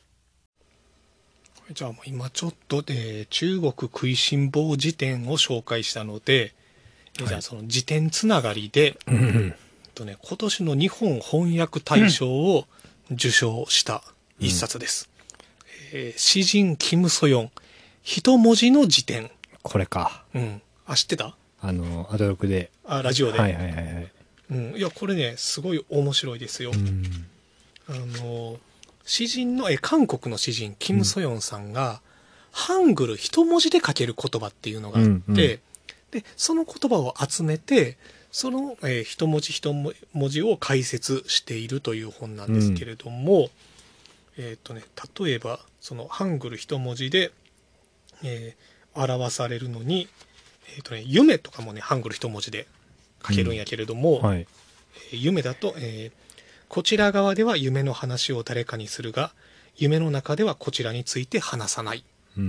じゃあもう今ちょっとで中国食いしん坊辞典を紹介したので、はい、じゃあその辞典つながりで、 とね、今年の日本翻訳大賞を受賞した一冊です。うん、えー、詩人キム・ソヨン、一文字の辞典。 これか。 うん。あ、知ってた？ あの、アドロクで。 あ、ラジオで。 はいはいはいはい。 うん。いや、これね、すごい面白いですよ。うん、あの、詩人の、え、韓国の詩人、キム・ソヨンさんが、うん、ハングル一文字で書ける言葉っていうのがあって、うんうん、で、その言葉を集めて、その、えー、一文字一文字を解説しているという本なんですけれども、うん、えっとね、例えば、そのハングル一文字で、えー、表されるのに、えっとね、夢とかもね、ハングル一文字で書けるんやけれども、うん、はい、えー、夢だと、えー、こちら側では夢の話を誰かにするが、夢の中ではこちらについて話さない。うん。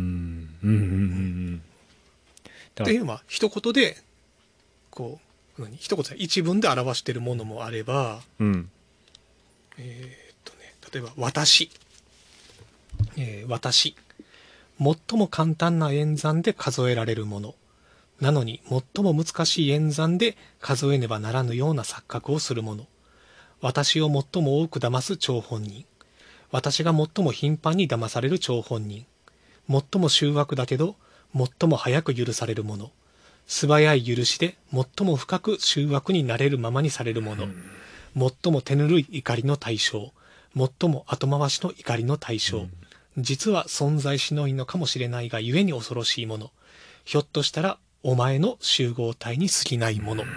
うんうんうんうん。っていうのは、一言で、こう、何一言で一文で表しているものもあれば、うん、えー、っとね、例えば、私。えー、私。最も簡単な演算で数えられるもの。なのに、最も難しい演算で数えねばならぬような錯覚をするもの。私を最も多く騙す張本人。私が最も頻繁に騙される張本人。最も醜悪だけど、最も早く許されるもの。素早い許しで最も深く醜悪になれるままにされるもの。最も手ぬるい怒りの対象。最も後回しの怒りの対象。実は存在しないのかもしれないがゆえに恐ろしいもの。ひょっとしたらお前の集合体に過ぎないもの。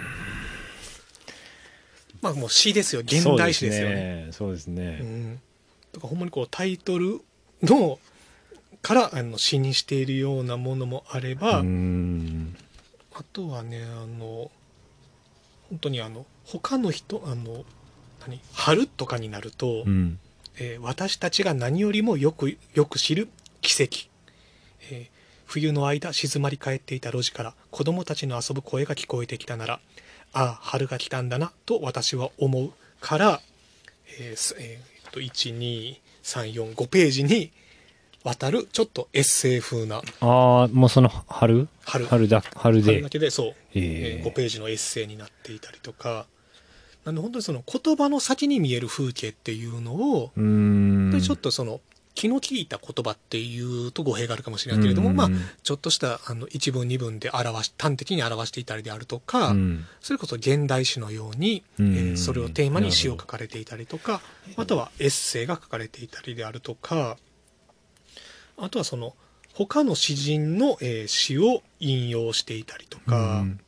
まあもう詩ですよ。現代詩ですよね。 そうですね。 うん。とかほんまにこうタイトルのからあの詩にしているようなものもあれば、うんあとはね、あの、本当にあの、他の人、あの、何、春とかになると、うん、えー、私たちが何よりもよく、よく知る奇跡。えー、冬の間静まり返っていた路地から子供たちの遊ぶ声が聞こえてきたなら、ああ、春が来たんだな、と私は思うから、えーえー、っと、いち、に、さん、よん、ごページに、渡るちょっとエッセイ風な、 ああもうその春春春だ春で春だけでそう、えー、ごページのエッセイになっていたりとか、なんで本当にその言葉の先に見える風景っていうのをうーんでちょっとその気の利いた言葉っていうと語弊があるかもしれないけれども、まあちょっとしたあの一文二文で表し端的に表していたりであるとか、それこそ現代詩のように、えー、それをテーマに詩を書かれていたりとか、またはエッセイが書かれていたりであるとか、あとはその他の詩人の、えー、詩を引用していたりとか、うん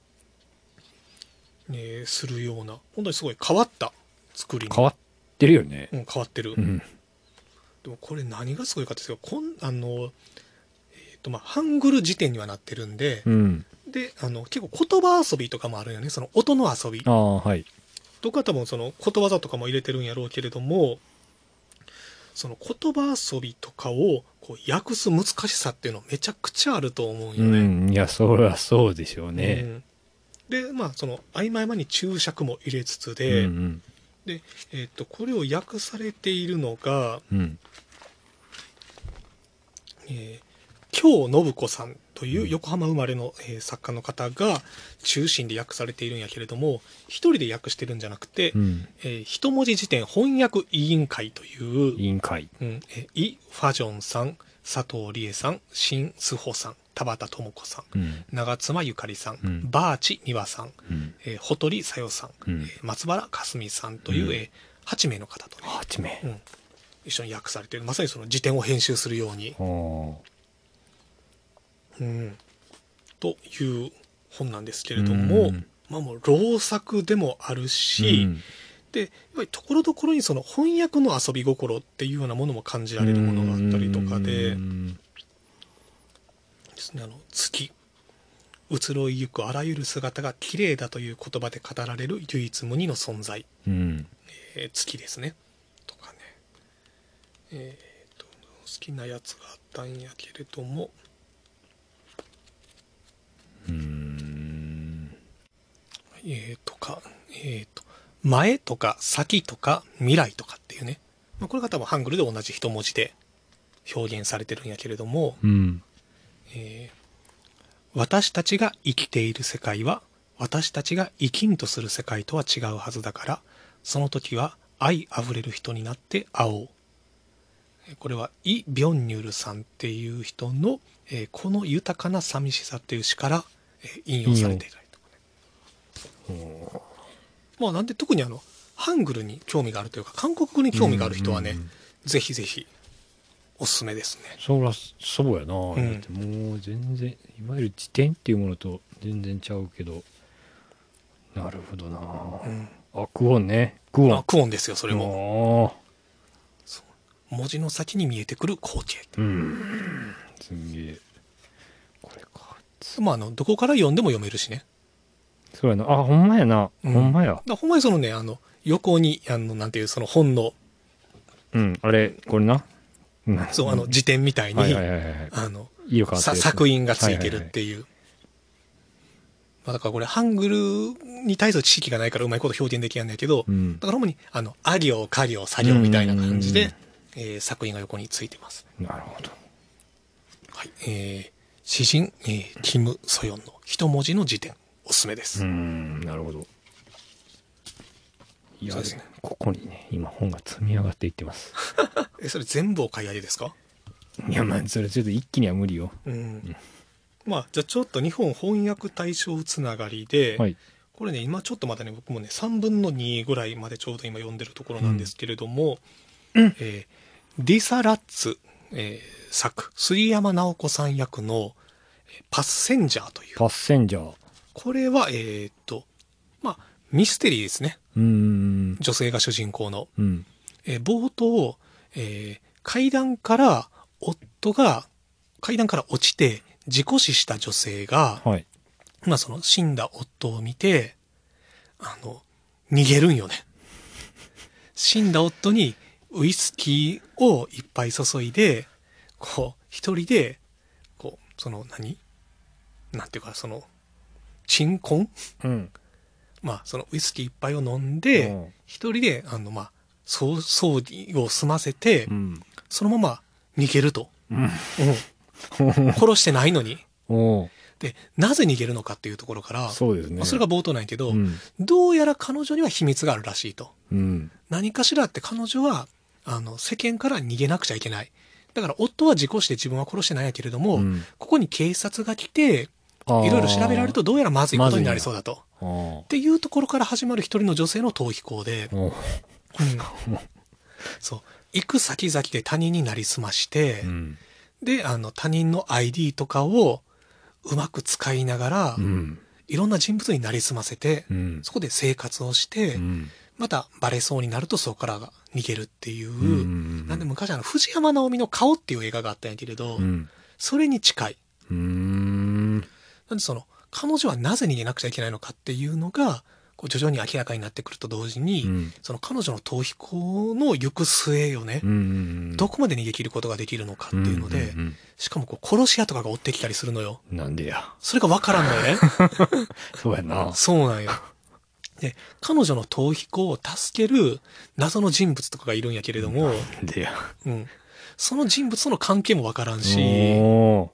えー、するような本当にすごい変わった作りに変わってるよね、 うん、変わってる、うん、でもこれ何がすごいかっていうとこんあの、えーとまあ、ハングル辞典にはなってるんで、うん、であの結構言葉遊びとかもあるよね、その音の遊びあ、はい、 とか多分そのことわざとかも入れてるんやろうけれども、その言葉遊びとかをこう訳す難しさっていうのめちゃくちゃあると思うよね。 うん、いやそれはそうでしょうね。うん、 でまあその合間合間に注釈も入れつつで、うんうん、でえっとこれを訳されているのが、うんえー、京信子さんという横浜生まれの、えー、作家の方が中心で訳されているんやけれども、一人で訳してるんじゃなくて、うんえー、一文字辞典翻訳委員会という委員会、 うんえー、イ・ファジョンさん、佐藤理恵さん、新須穂さん、田畑智子さん、うん、長妻ゆかりさん、うん、バーチ美和さん、うんえー、ほとりさよさん、うんえー、松原かすみさんという、うんえー、はちめいの方と、ね、 はちめい、うん、 一緒に訳されている、まさにその辞典を編集するように。うん、という本なんですけれども、まあ、もう老作でもあるし、うん、でやっぱりところどころにその翻訳の遊び心っていうようなものも感じられるものがあったりとかでですね、あの月移ろいゆくあらゆる姿が綺麗だという言葉で語られる唯一無二の存在、うんえー、月ですねとかね、えー、と好きなやつがあったんやけれども、うーんえー、とか、えー、と前とか先とか未来とかっていうね、まあ、これが多分ハングルで同じ一文字で表現されてるんやけれども、うんえー、私たちが生きている世界は私たちが生きんとする世界とは違うはずだから、その時は愛あふれる人になって会おう。これはイ・ビョンニュルさんっていう人の、えーこの豊かな寂しさっていう詩から、えー引用されていたりとかね。まあなんで特にあのハングルに興味があるというか韓国語に興味がある人はね、 うんうんうんぜひぜひおすすめですね。 そらそうやな、 んだってもう全然いわゆる辞典っていうものと全然ちゃうけど、なるほどな、 うん、 あクオンねクオンあクオンですよ、それも。 も文字の先に見えてくる光景。 うんすんげえこれかまああのどこから読んでも読めるしね。 そうやなあほんまやな、 うんほんまやだからほんまにそのね、あの横にあのなんていうその本のうんあれこれな、うんそうあの辞典みたいに、 はいはいはいはいあの色変わってるやつさ作品がついてるっていう。まあ、だからこれハングルに対する知識がないからうまいこと表現できやんないけど、 うんだから主にあのあ行か行作業みたいな感じで、えー作品が横についてます。 なるほどはい、えー詩人、えーキム・ソヨンの一文字の辞典おすすめでうす。 んなるほどいやそうですねここにね今本が積み上がっていってますえそれ全部お買い上げですか？ いやまあそれちょっと一気には無理ようん。まあじゃあちょっと日本翻訳大賞つながりで、 はいこれね今ちょっとまだね僕もねさんぶんのにぐらいまでちょうど今読んでるところなんですけれども、 うんえーリサ・ラッツ、えー作杉山直子さん役のえーパッセンジャーという、 パッセンジャーこれはえーっとまあミステリーですね。 うーん女性が主人公の、 うんえー冒頭、えー階段から夫が階段から落ちて事故死した女性が、 はいまあその死んだ夫を見て、あの、逃げるんよね。死んだ夫にウイスキーをいっぱい注いで、こう、一人で、こう、その何なんていうか、その、鎮魂うんまあそのウイスキーいっぱいを飲んうでん、 一人で、あのまあ、そう葬儀を済ませて、 うんそのまま逃げると。 うんうん殺してないのに。 おーで、なぜ逃げるのかっていうところから、 そうですねまあ、それが冒頭なんやけど、 うんどうやら彼女には秘密があるらしいと。 うん何かしらって彼女は、あの、世間から逃げなくちゃいけない。だから夫は事故して自分は殺してないんやけれども、 うんここに警察が来て、 あーいろいろ調べられるとどうやらまずいことになりそうだと。 あーっていうところから始まる一人の女性の逃避行で、 おーうんそう。行く先々で他人になりすまして、 うんで、あの、他人の アイディー とかをうまく使いながら、 うんいろんな人物になりすませて、 うんそこで生活をして、 うんまたバレそうになるとそこから逃げるっていう、 うんなんで昔あの藤山直美の顔っていう映画があったんやけれど、 うんそれに近い。 うーんなんでその彼女はなぜ逃げなくちゃいけないのかっていうのがこう徐々に明らかになってくると同時に、 うんその彼女の逃避行の行く末よね、 うんどこまで逃げ切ることができるのかっていうので、 んんしかもこう殺し屋とかが追ってきたりするのよ。 うんなんでやそれがわからんのよね。 そうやなそうなんよ。で、彼女の逃避行を助ける謎の人物とかがいるんやけれども、 なんでやうん。その人物との関係もわからんし、 お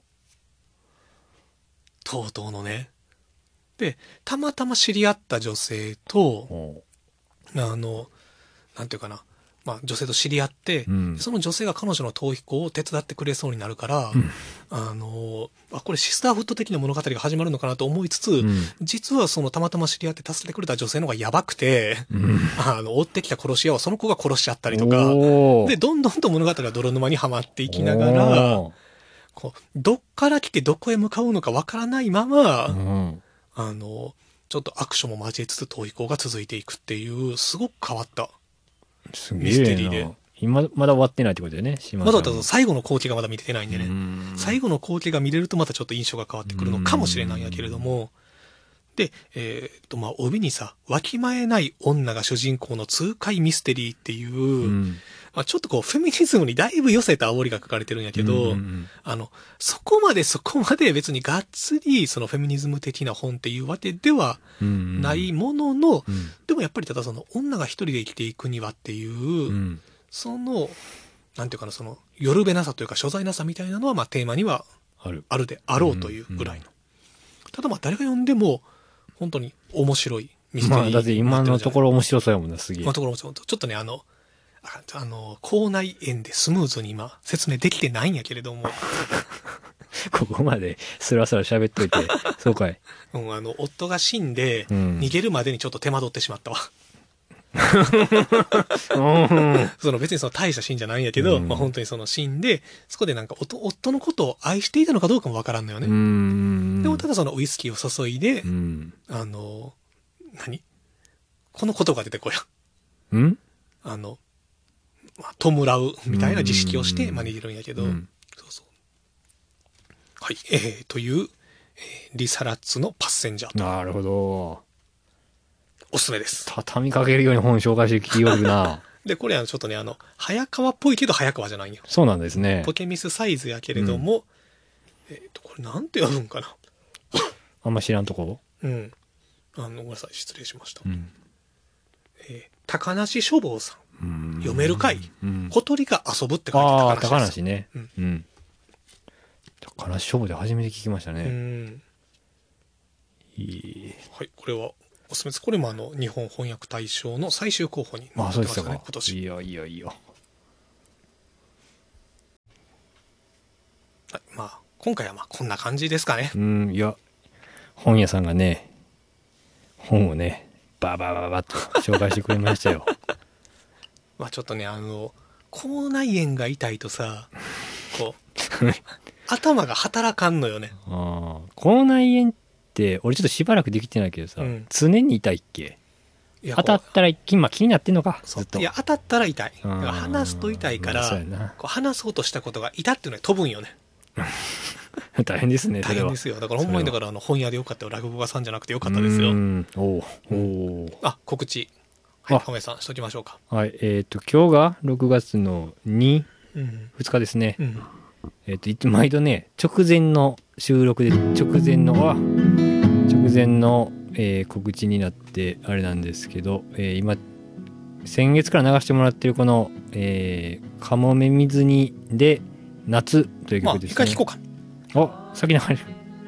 とうとうのね。で、たまたま知り合った女性ーと、 おあの、なんていうかな、まあ女性と知り合って、 うんその女性が彼女の逃避行を手伝ってくれそうになるから、 うんあの、あ、これシスターフット的な物語が始まるのかなと思いつつ、 うん実はそのたまたま知り合って助けてくれた女性の方がやばくて、 うんあの、追ってきた殺し屋をその子が殺しちゃったりとか、 おーで、どんどんと物語が泥沼にはまっていきながら、 おこう、どっから来てどこへ向かうのかわからないまま、 ーうんあの、ちょっとアクションも交えつつ逃避行が続いていくっていう、すごく変わった。 すげえなミステリーで今まだ終わってないってことだよね島まださんだと最後の光景がまだ見てないんでね。 うん最後の光景が見れるとまたちょっと印象が変わってくるのかもしれないんやけれども、で、えーっと、まあ、帯にさ、わきまえない女が主人公の痛快ミステリーっていう、 うんまあ、ちょっとこう、フェミニズムにだいぶ寄せた煽りが書かれてるんやけど、 うんうんあの、そこまでそこまで別にがっつり、そのフェミニズム的な本っていうわけではうんないものの、 うんでもやっぱりただその女が一人で生きていくにはっていう、 うんその、なんていうかな、その、よるべなさというか、所在なさみたいなのは、まあ、テーマにはあるあるであろうというぐらいの。ただまあ、誰が読んでも、 本当に面白いミステリー。 まあだって今のところ面白そうやもんな、すげえ。 今のところ面白い。ちょっとね、あの、あ, あの、口内炎でスムーズに今説明できてないんやけれども。 ここまでスラスラ喋っといて、そうかい。 うん、あの、夫が死んで、逃げるまでにちょっと手間取ってしまったわ。その別にその大したシーンじゃないんやけど、うん、まあ本当にそのシーンで、そこでなんか夫、夫のことを愛していたのかどうかもわからんのよね。うんでもただそのウイスキーを注いで、うん、あの、何このことが出てこよ。んあの、まあ、弔うみたいな自識をして、まあ逃げるんやけど、うん、そうそう。はい、えー、という、えー、リサラッツのパッセンジャーと。 なるほど。 おすすめです。 畳みかけるように本紹介してきよるな。 で、これはちょっとね、あの、早川っぽいけど早川じゃないよ。 そうなんですね。 ポケミスサイズやけれども、うん、えっ、ー、と、これなんて読むんかな。 あんま知らんとこうん。あの、ごめんなさい、失礼しました。うん、えー、高梨書房さん。読めるかい、うん、小鳥が遊ぶって書いてああ、高梨ね。うん。うん、高梨書房で初めて聞きましたね。うん。 いい。はい、これはおすすめです。これもあの、日本翻訳大賞の最終候補になってますかね、今年。 いいよ、いいよ、いいよ。 はい、まあ、今回はまあ、こんな感じですかね。 うん、いや、本屋さんがね、本をね、ババババッと紹介してくれましたよ。 まあちょっとね、あの、口内炎が痛いとさ、こう、頭が働かんのよね。 ああ、口内炎って、俺ちょっとしばらくできてないけどさ、うん、常に痛いっけ？当たったら今気になってんのか、ずっと。 いや、当たったら痛い。だから話すと痛いから、こう話そうとしたことが痛っていうのに飛ぶんよね。 大変ですね、それは。 大変ですよ。だからほんまにだからあの本屋でよかったよ。落語家さんじゃなくてよかったですよ。うん。おお。あ、告知。はい、亀井さんしときましょうか。 はい、えっと今日がろくがつのに、うん、ふつかですね。うん、えっと毎度ね、直前の収録で直前のあ直前の、えー、告知になってあれなんですけど、えー、今先月から流してもらってるこの、えー、かもめ水にで夏という曲ですね。 まあ、一回聴こうか。 お、先流れる。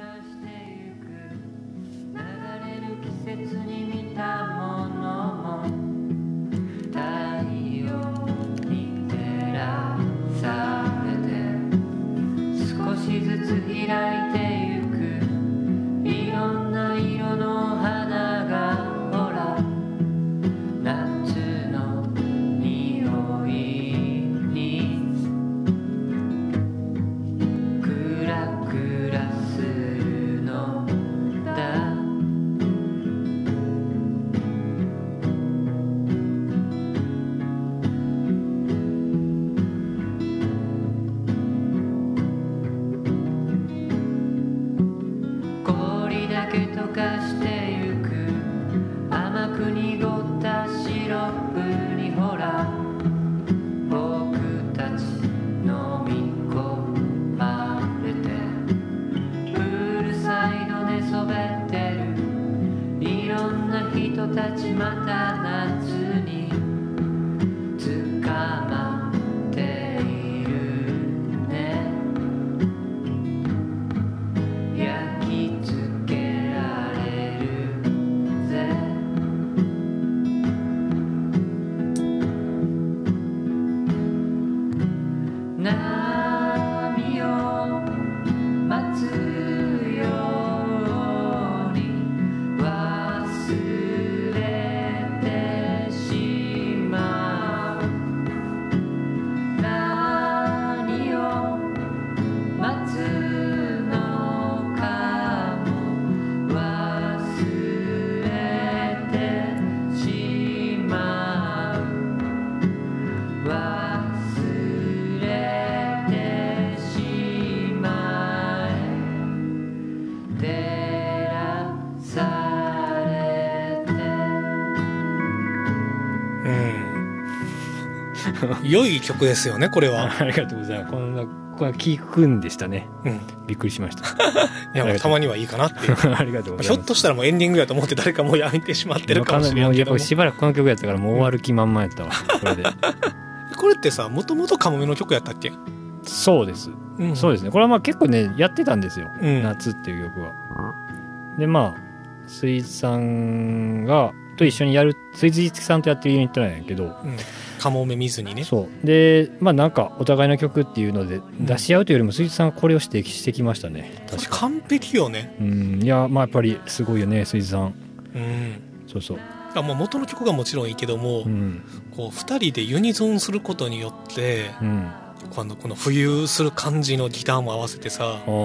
良い曲ですよね、これは。 ありがとうございます。こんな、これ聞くんでしたね。うん。びっくりしました。 いや、もうたまにはいいかなっていう。 ありがとうございます。 ひょっとしたらもうエンディングやと思って誰かもうやめてしまってるかもしれないけども。 もうしばらくこの曲やったからもう終わる気満々やったわ、これで。 これってさ、もともとカモメの曲やったっけ？ そうです。うん、そうですね。これはまあ結構ね、やってたんですよ。うん、夏っていう曲は。で、まあ、 スイーツさんがと一緒にやるスイーツ実さんとやってるユニットなんやけど、うん、 カモメ見ずにね。 そうでまあなんかお互いの曲っていうので出し合うというよりもスイーツさんがこれを指摘してきましたね。 確か完璧よね。 うんいやまあやっぱりすごいよねスイーツさん。 うんそうそうあまあ元の曲がもちろんいいけども、うん、こうふたりでユニゾンすることによって、うん、このこの浮遊する感じのギターも合わせてさ、うん、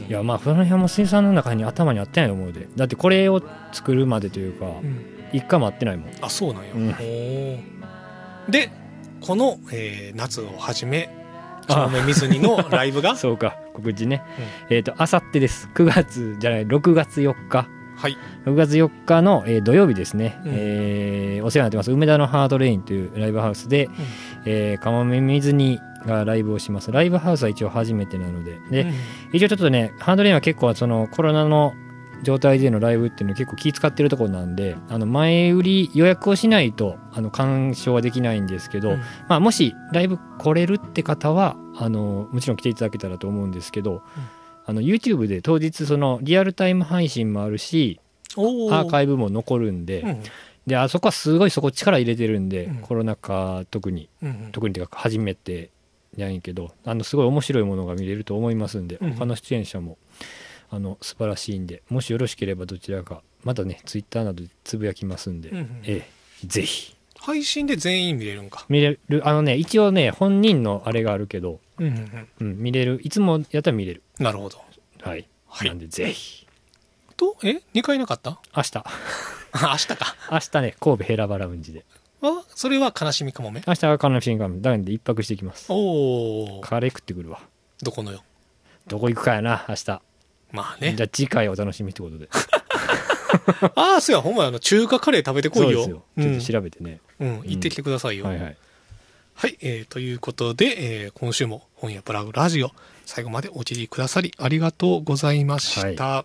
いやまあその辺も水産の中に頭にあったんやと思うで。だってこれを作るまでというか、うん、一回も会ってないもん。 あそうなんや、うん、おでこの、えー、夏をはじめカモメ水煮のライブがそうか告知ね、うん、えっ、ー、とあさってです。くがつじゃないろくがつよっか、 はい、 ろくがつよっかの、えー、土曜日ですね、うんえー、お世話になってます梅田のハードレインというライブハウスで、うんえー、カモメ水煮がライブをします。ライブハウスは一応初めてなので、で、うん、一応ちょっとねハードレインは結構そのコロナの状態でのライブっていうの結構気使ってるところなんで、あの前売り予約をしないとあの鑑賞はできないんですけど、うんまあ、もしライブ来れるって方はあのもちろん来ていただけたらと思うんですけど、うん、あの YouTube で当日そのリアルタイム配信もあるしアーカイブも残るんで、うん、であそこはすごいそこ力入れてるんで、うん、コロナ禍特に、うん、特にというか初めてやんやけどあのすごい面白いものが見れると思いますんで、うん、他の出演者もあの素晴らしいんで、もしよろしければどちらかまたねツイッターなどでつぶやきますんで、うんうん、ええ、ぜひ配信で全員見れるんか。 見れるあのね一応ね本人のあれがあるけど、うんうんうん、見れるいつもやったら見れる。 なるほど、 はい、はい、なんでぜひとえにかいなかった明日明日か明日ね神戸ヘラバラウンジで。 あそれは悲しみかもめ。 明日は悲しみかもだんで一泊してきます。 おカレー食ってくるわ。 どこのよ。 どこ行くかやな明日。 まあね。 じゃあ次回お楽しみってことでああそうやほんまやあの中華カレー食べてこいよ。 そうですよ、うん、ちょっと調べてね、 うん、行ってきてくださいよ、うん、はいはい、はいえー、ということで、えー、今週も本屋プラグラジオ最後までお聞きくださりありがとうございました、はい、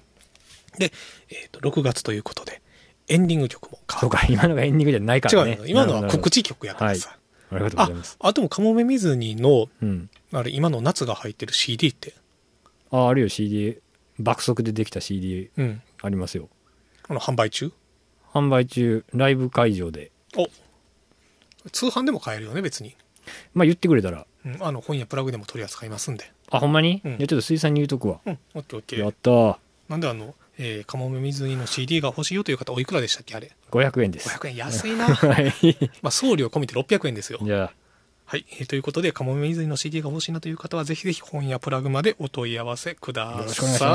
で、えー、とろくがつということでエンディング曲も変わる。そうか今のがエンディングじゃないからね。 違う今のは告知曲やからさ、はい、 ありがとうございます。 ああともカモメ水煮の、うん、あれ今の夏が入ってる シーディー ってああるよ シーディー爆速でできた シーディー、うん、ありますよ。 あの販売中販売中ライブ会場で。 お通販でも買えるよね別に。 まあ言ってくれたら、 うん、あの本屋プラグでも取り扱いますんで。 あほんまに、 うん、 いやちょっと水産に言うとくわ。 うんオッケーオッケー。 やったー。 なんであの、えー、カモメ水煮の シーディー が欲しいよという方おいくらでしたっけあれ。 ごひゃくえんです。 ごひゃくえん安いなはいまあ送料込みでろっぴゃくえんですよ。 じゃあはい、えー、ということでカモメ水煮の シーディー が欲しいなという方はぜひぜひ本屋プラグまでお問い合わせください。よろしくお願いします。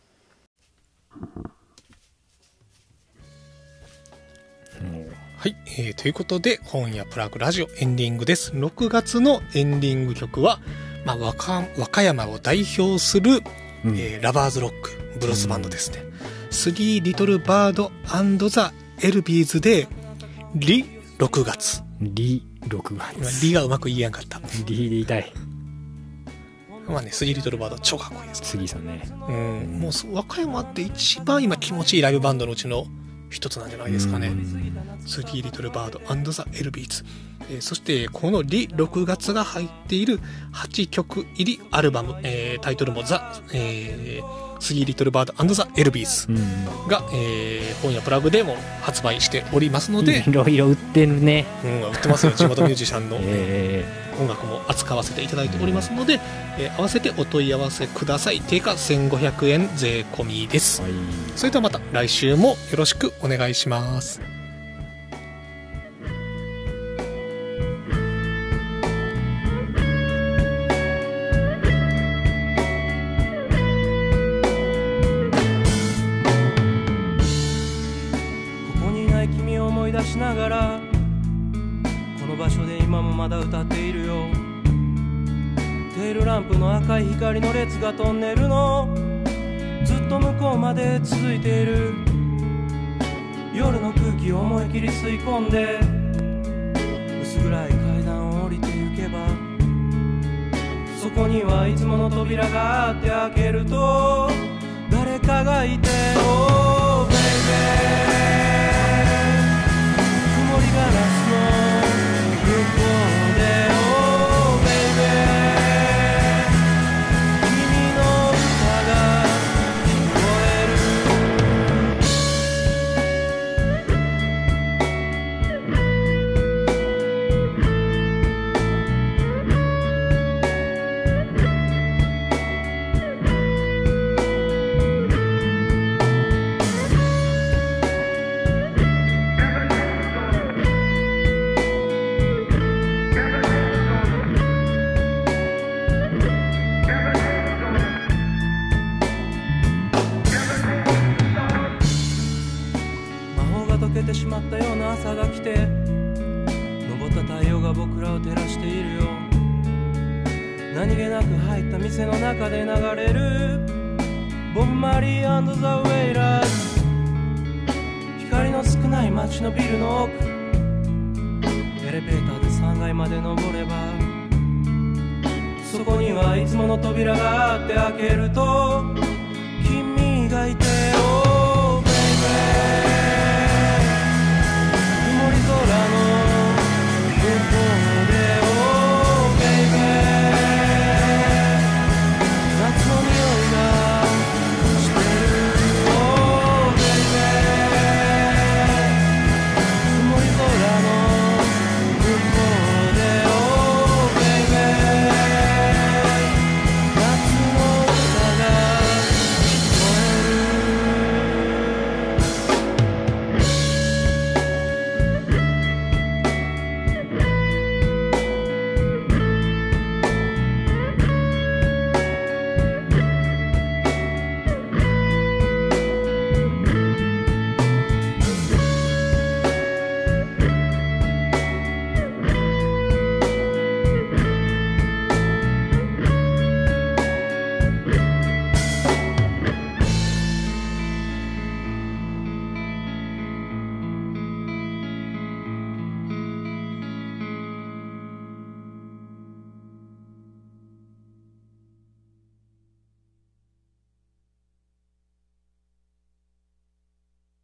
はい、えー、ということで本屋プラグラジオエンディングです。ろくがつのエンディング曲は、まあ、和歌、和歌山を代表する、うんえー、ラバーズロックブルースバンドですね、うん、スリーリトルバード&ザ・エルビーズでリろくがつリろくがつリがうまく言えやんかった。 リで言いたい。 まあね、スリーリトルバード超かっこいいです。 杉さんね、 うん、うん、もう和歌山って一番今気持ちいいライブバンドのうちの一つなんじゃないですかね。スリーリトルバード&ザ・エルビーズ、えー、そしてこのリろくがつが入っているはちきょく入りアルバム、えー、タイトルもザ、えー、スリーリトルバード&ザ・エルビーズが、えー、本屋プラグでも発売しておりますので、 いろいろ売ってるね、 うん、売ってますよ地元ミュージシャンの、えー、音楽も扱わせていただいておりますので、えー、合わせてお問い合わせください。定価せんごひゃくえん税込みです、はい、それではまた来週もよろしくお願いします。 しながらこの場所で今もまだ歌っているよ。テールランプの赤い光の列がトンネルのずっと向こうまで続いている。夜の空気を思い切り吸い込んで薄暗い階段を降りて行けばそこにはいつもの扉があって開けると誰かがいて Oh babyガラスの向こうで Oh baby 君の歌が聞こえるまったような朝が来て、昇った太陽が僕らを照らしているよ。何気なく入った店の中で流れるボブ・マリー&ザ・ウェイラーズ。光の少ない街のビルの奥、エレベーターでさんがいまで登れば、そこにはいつもの扉があって、開けると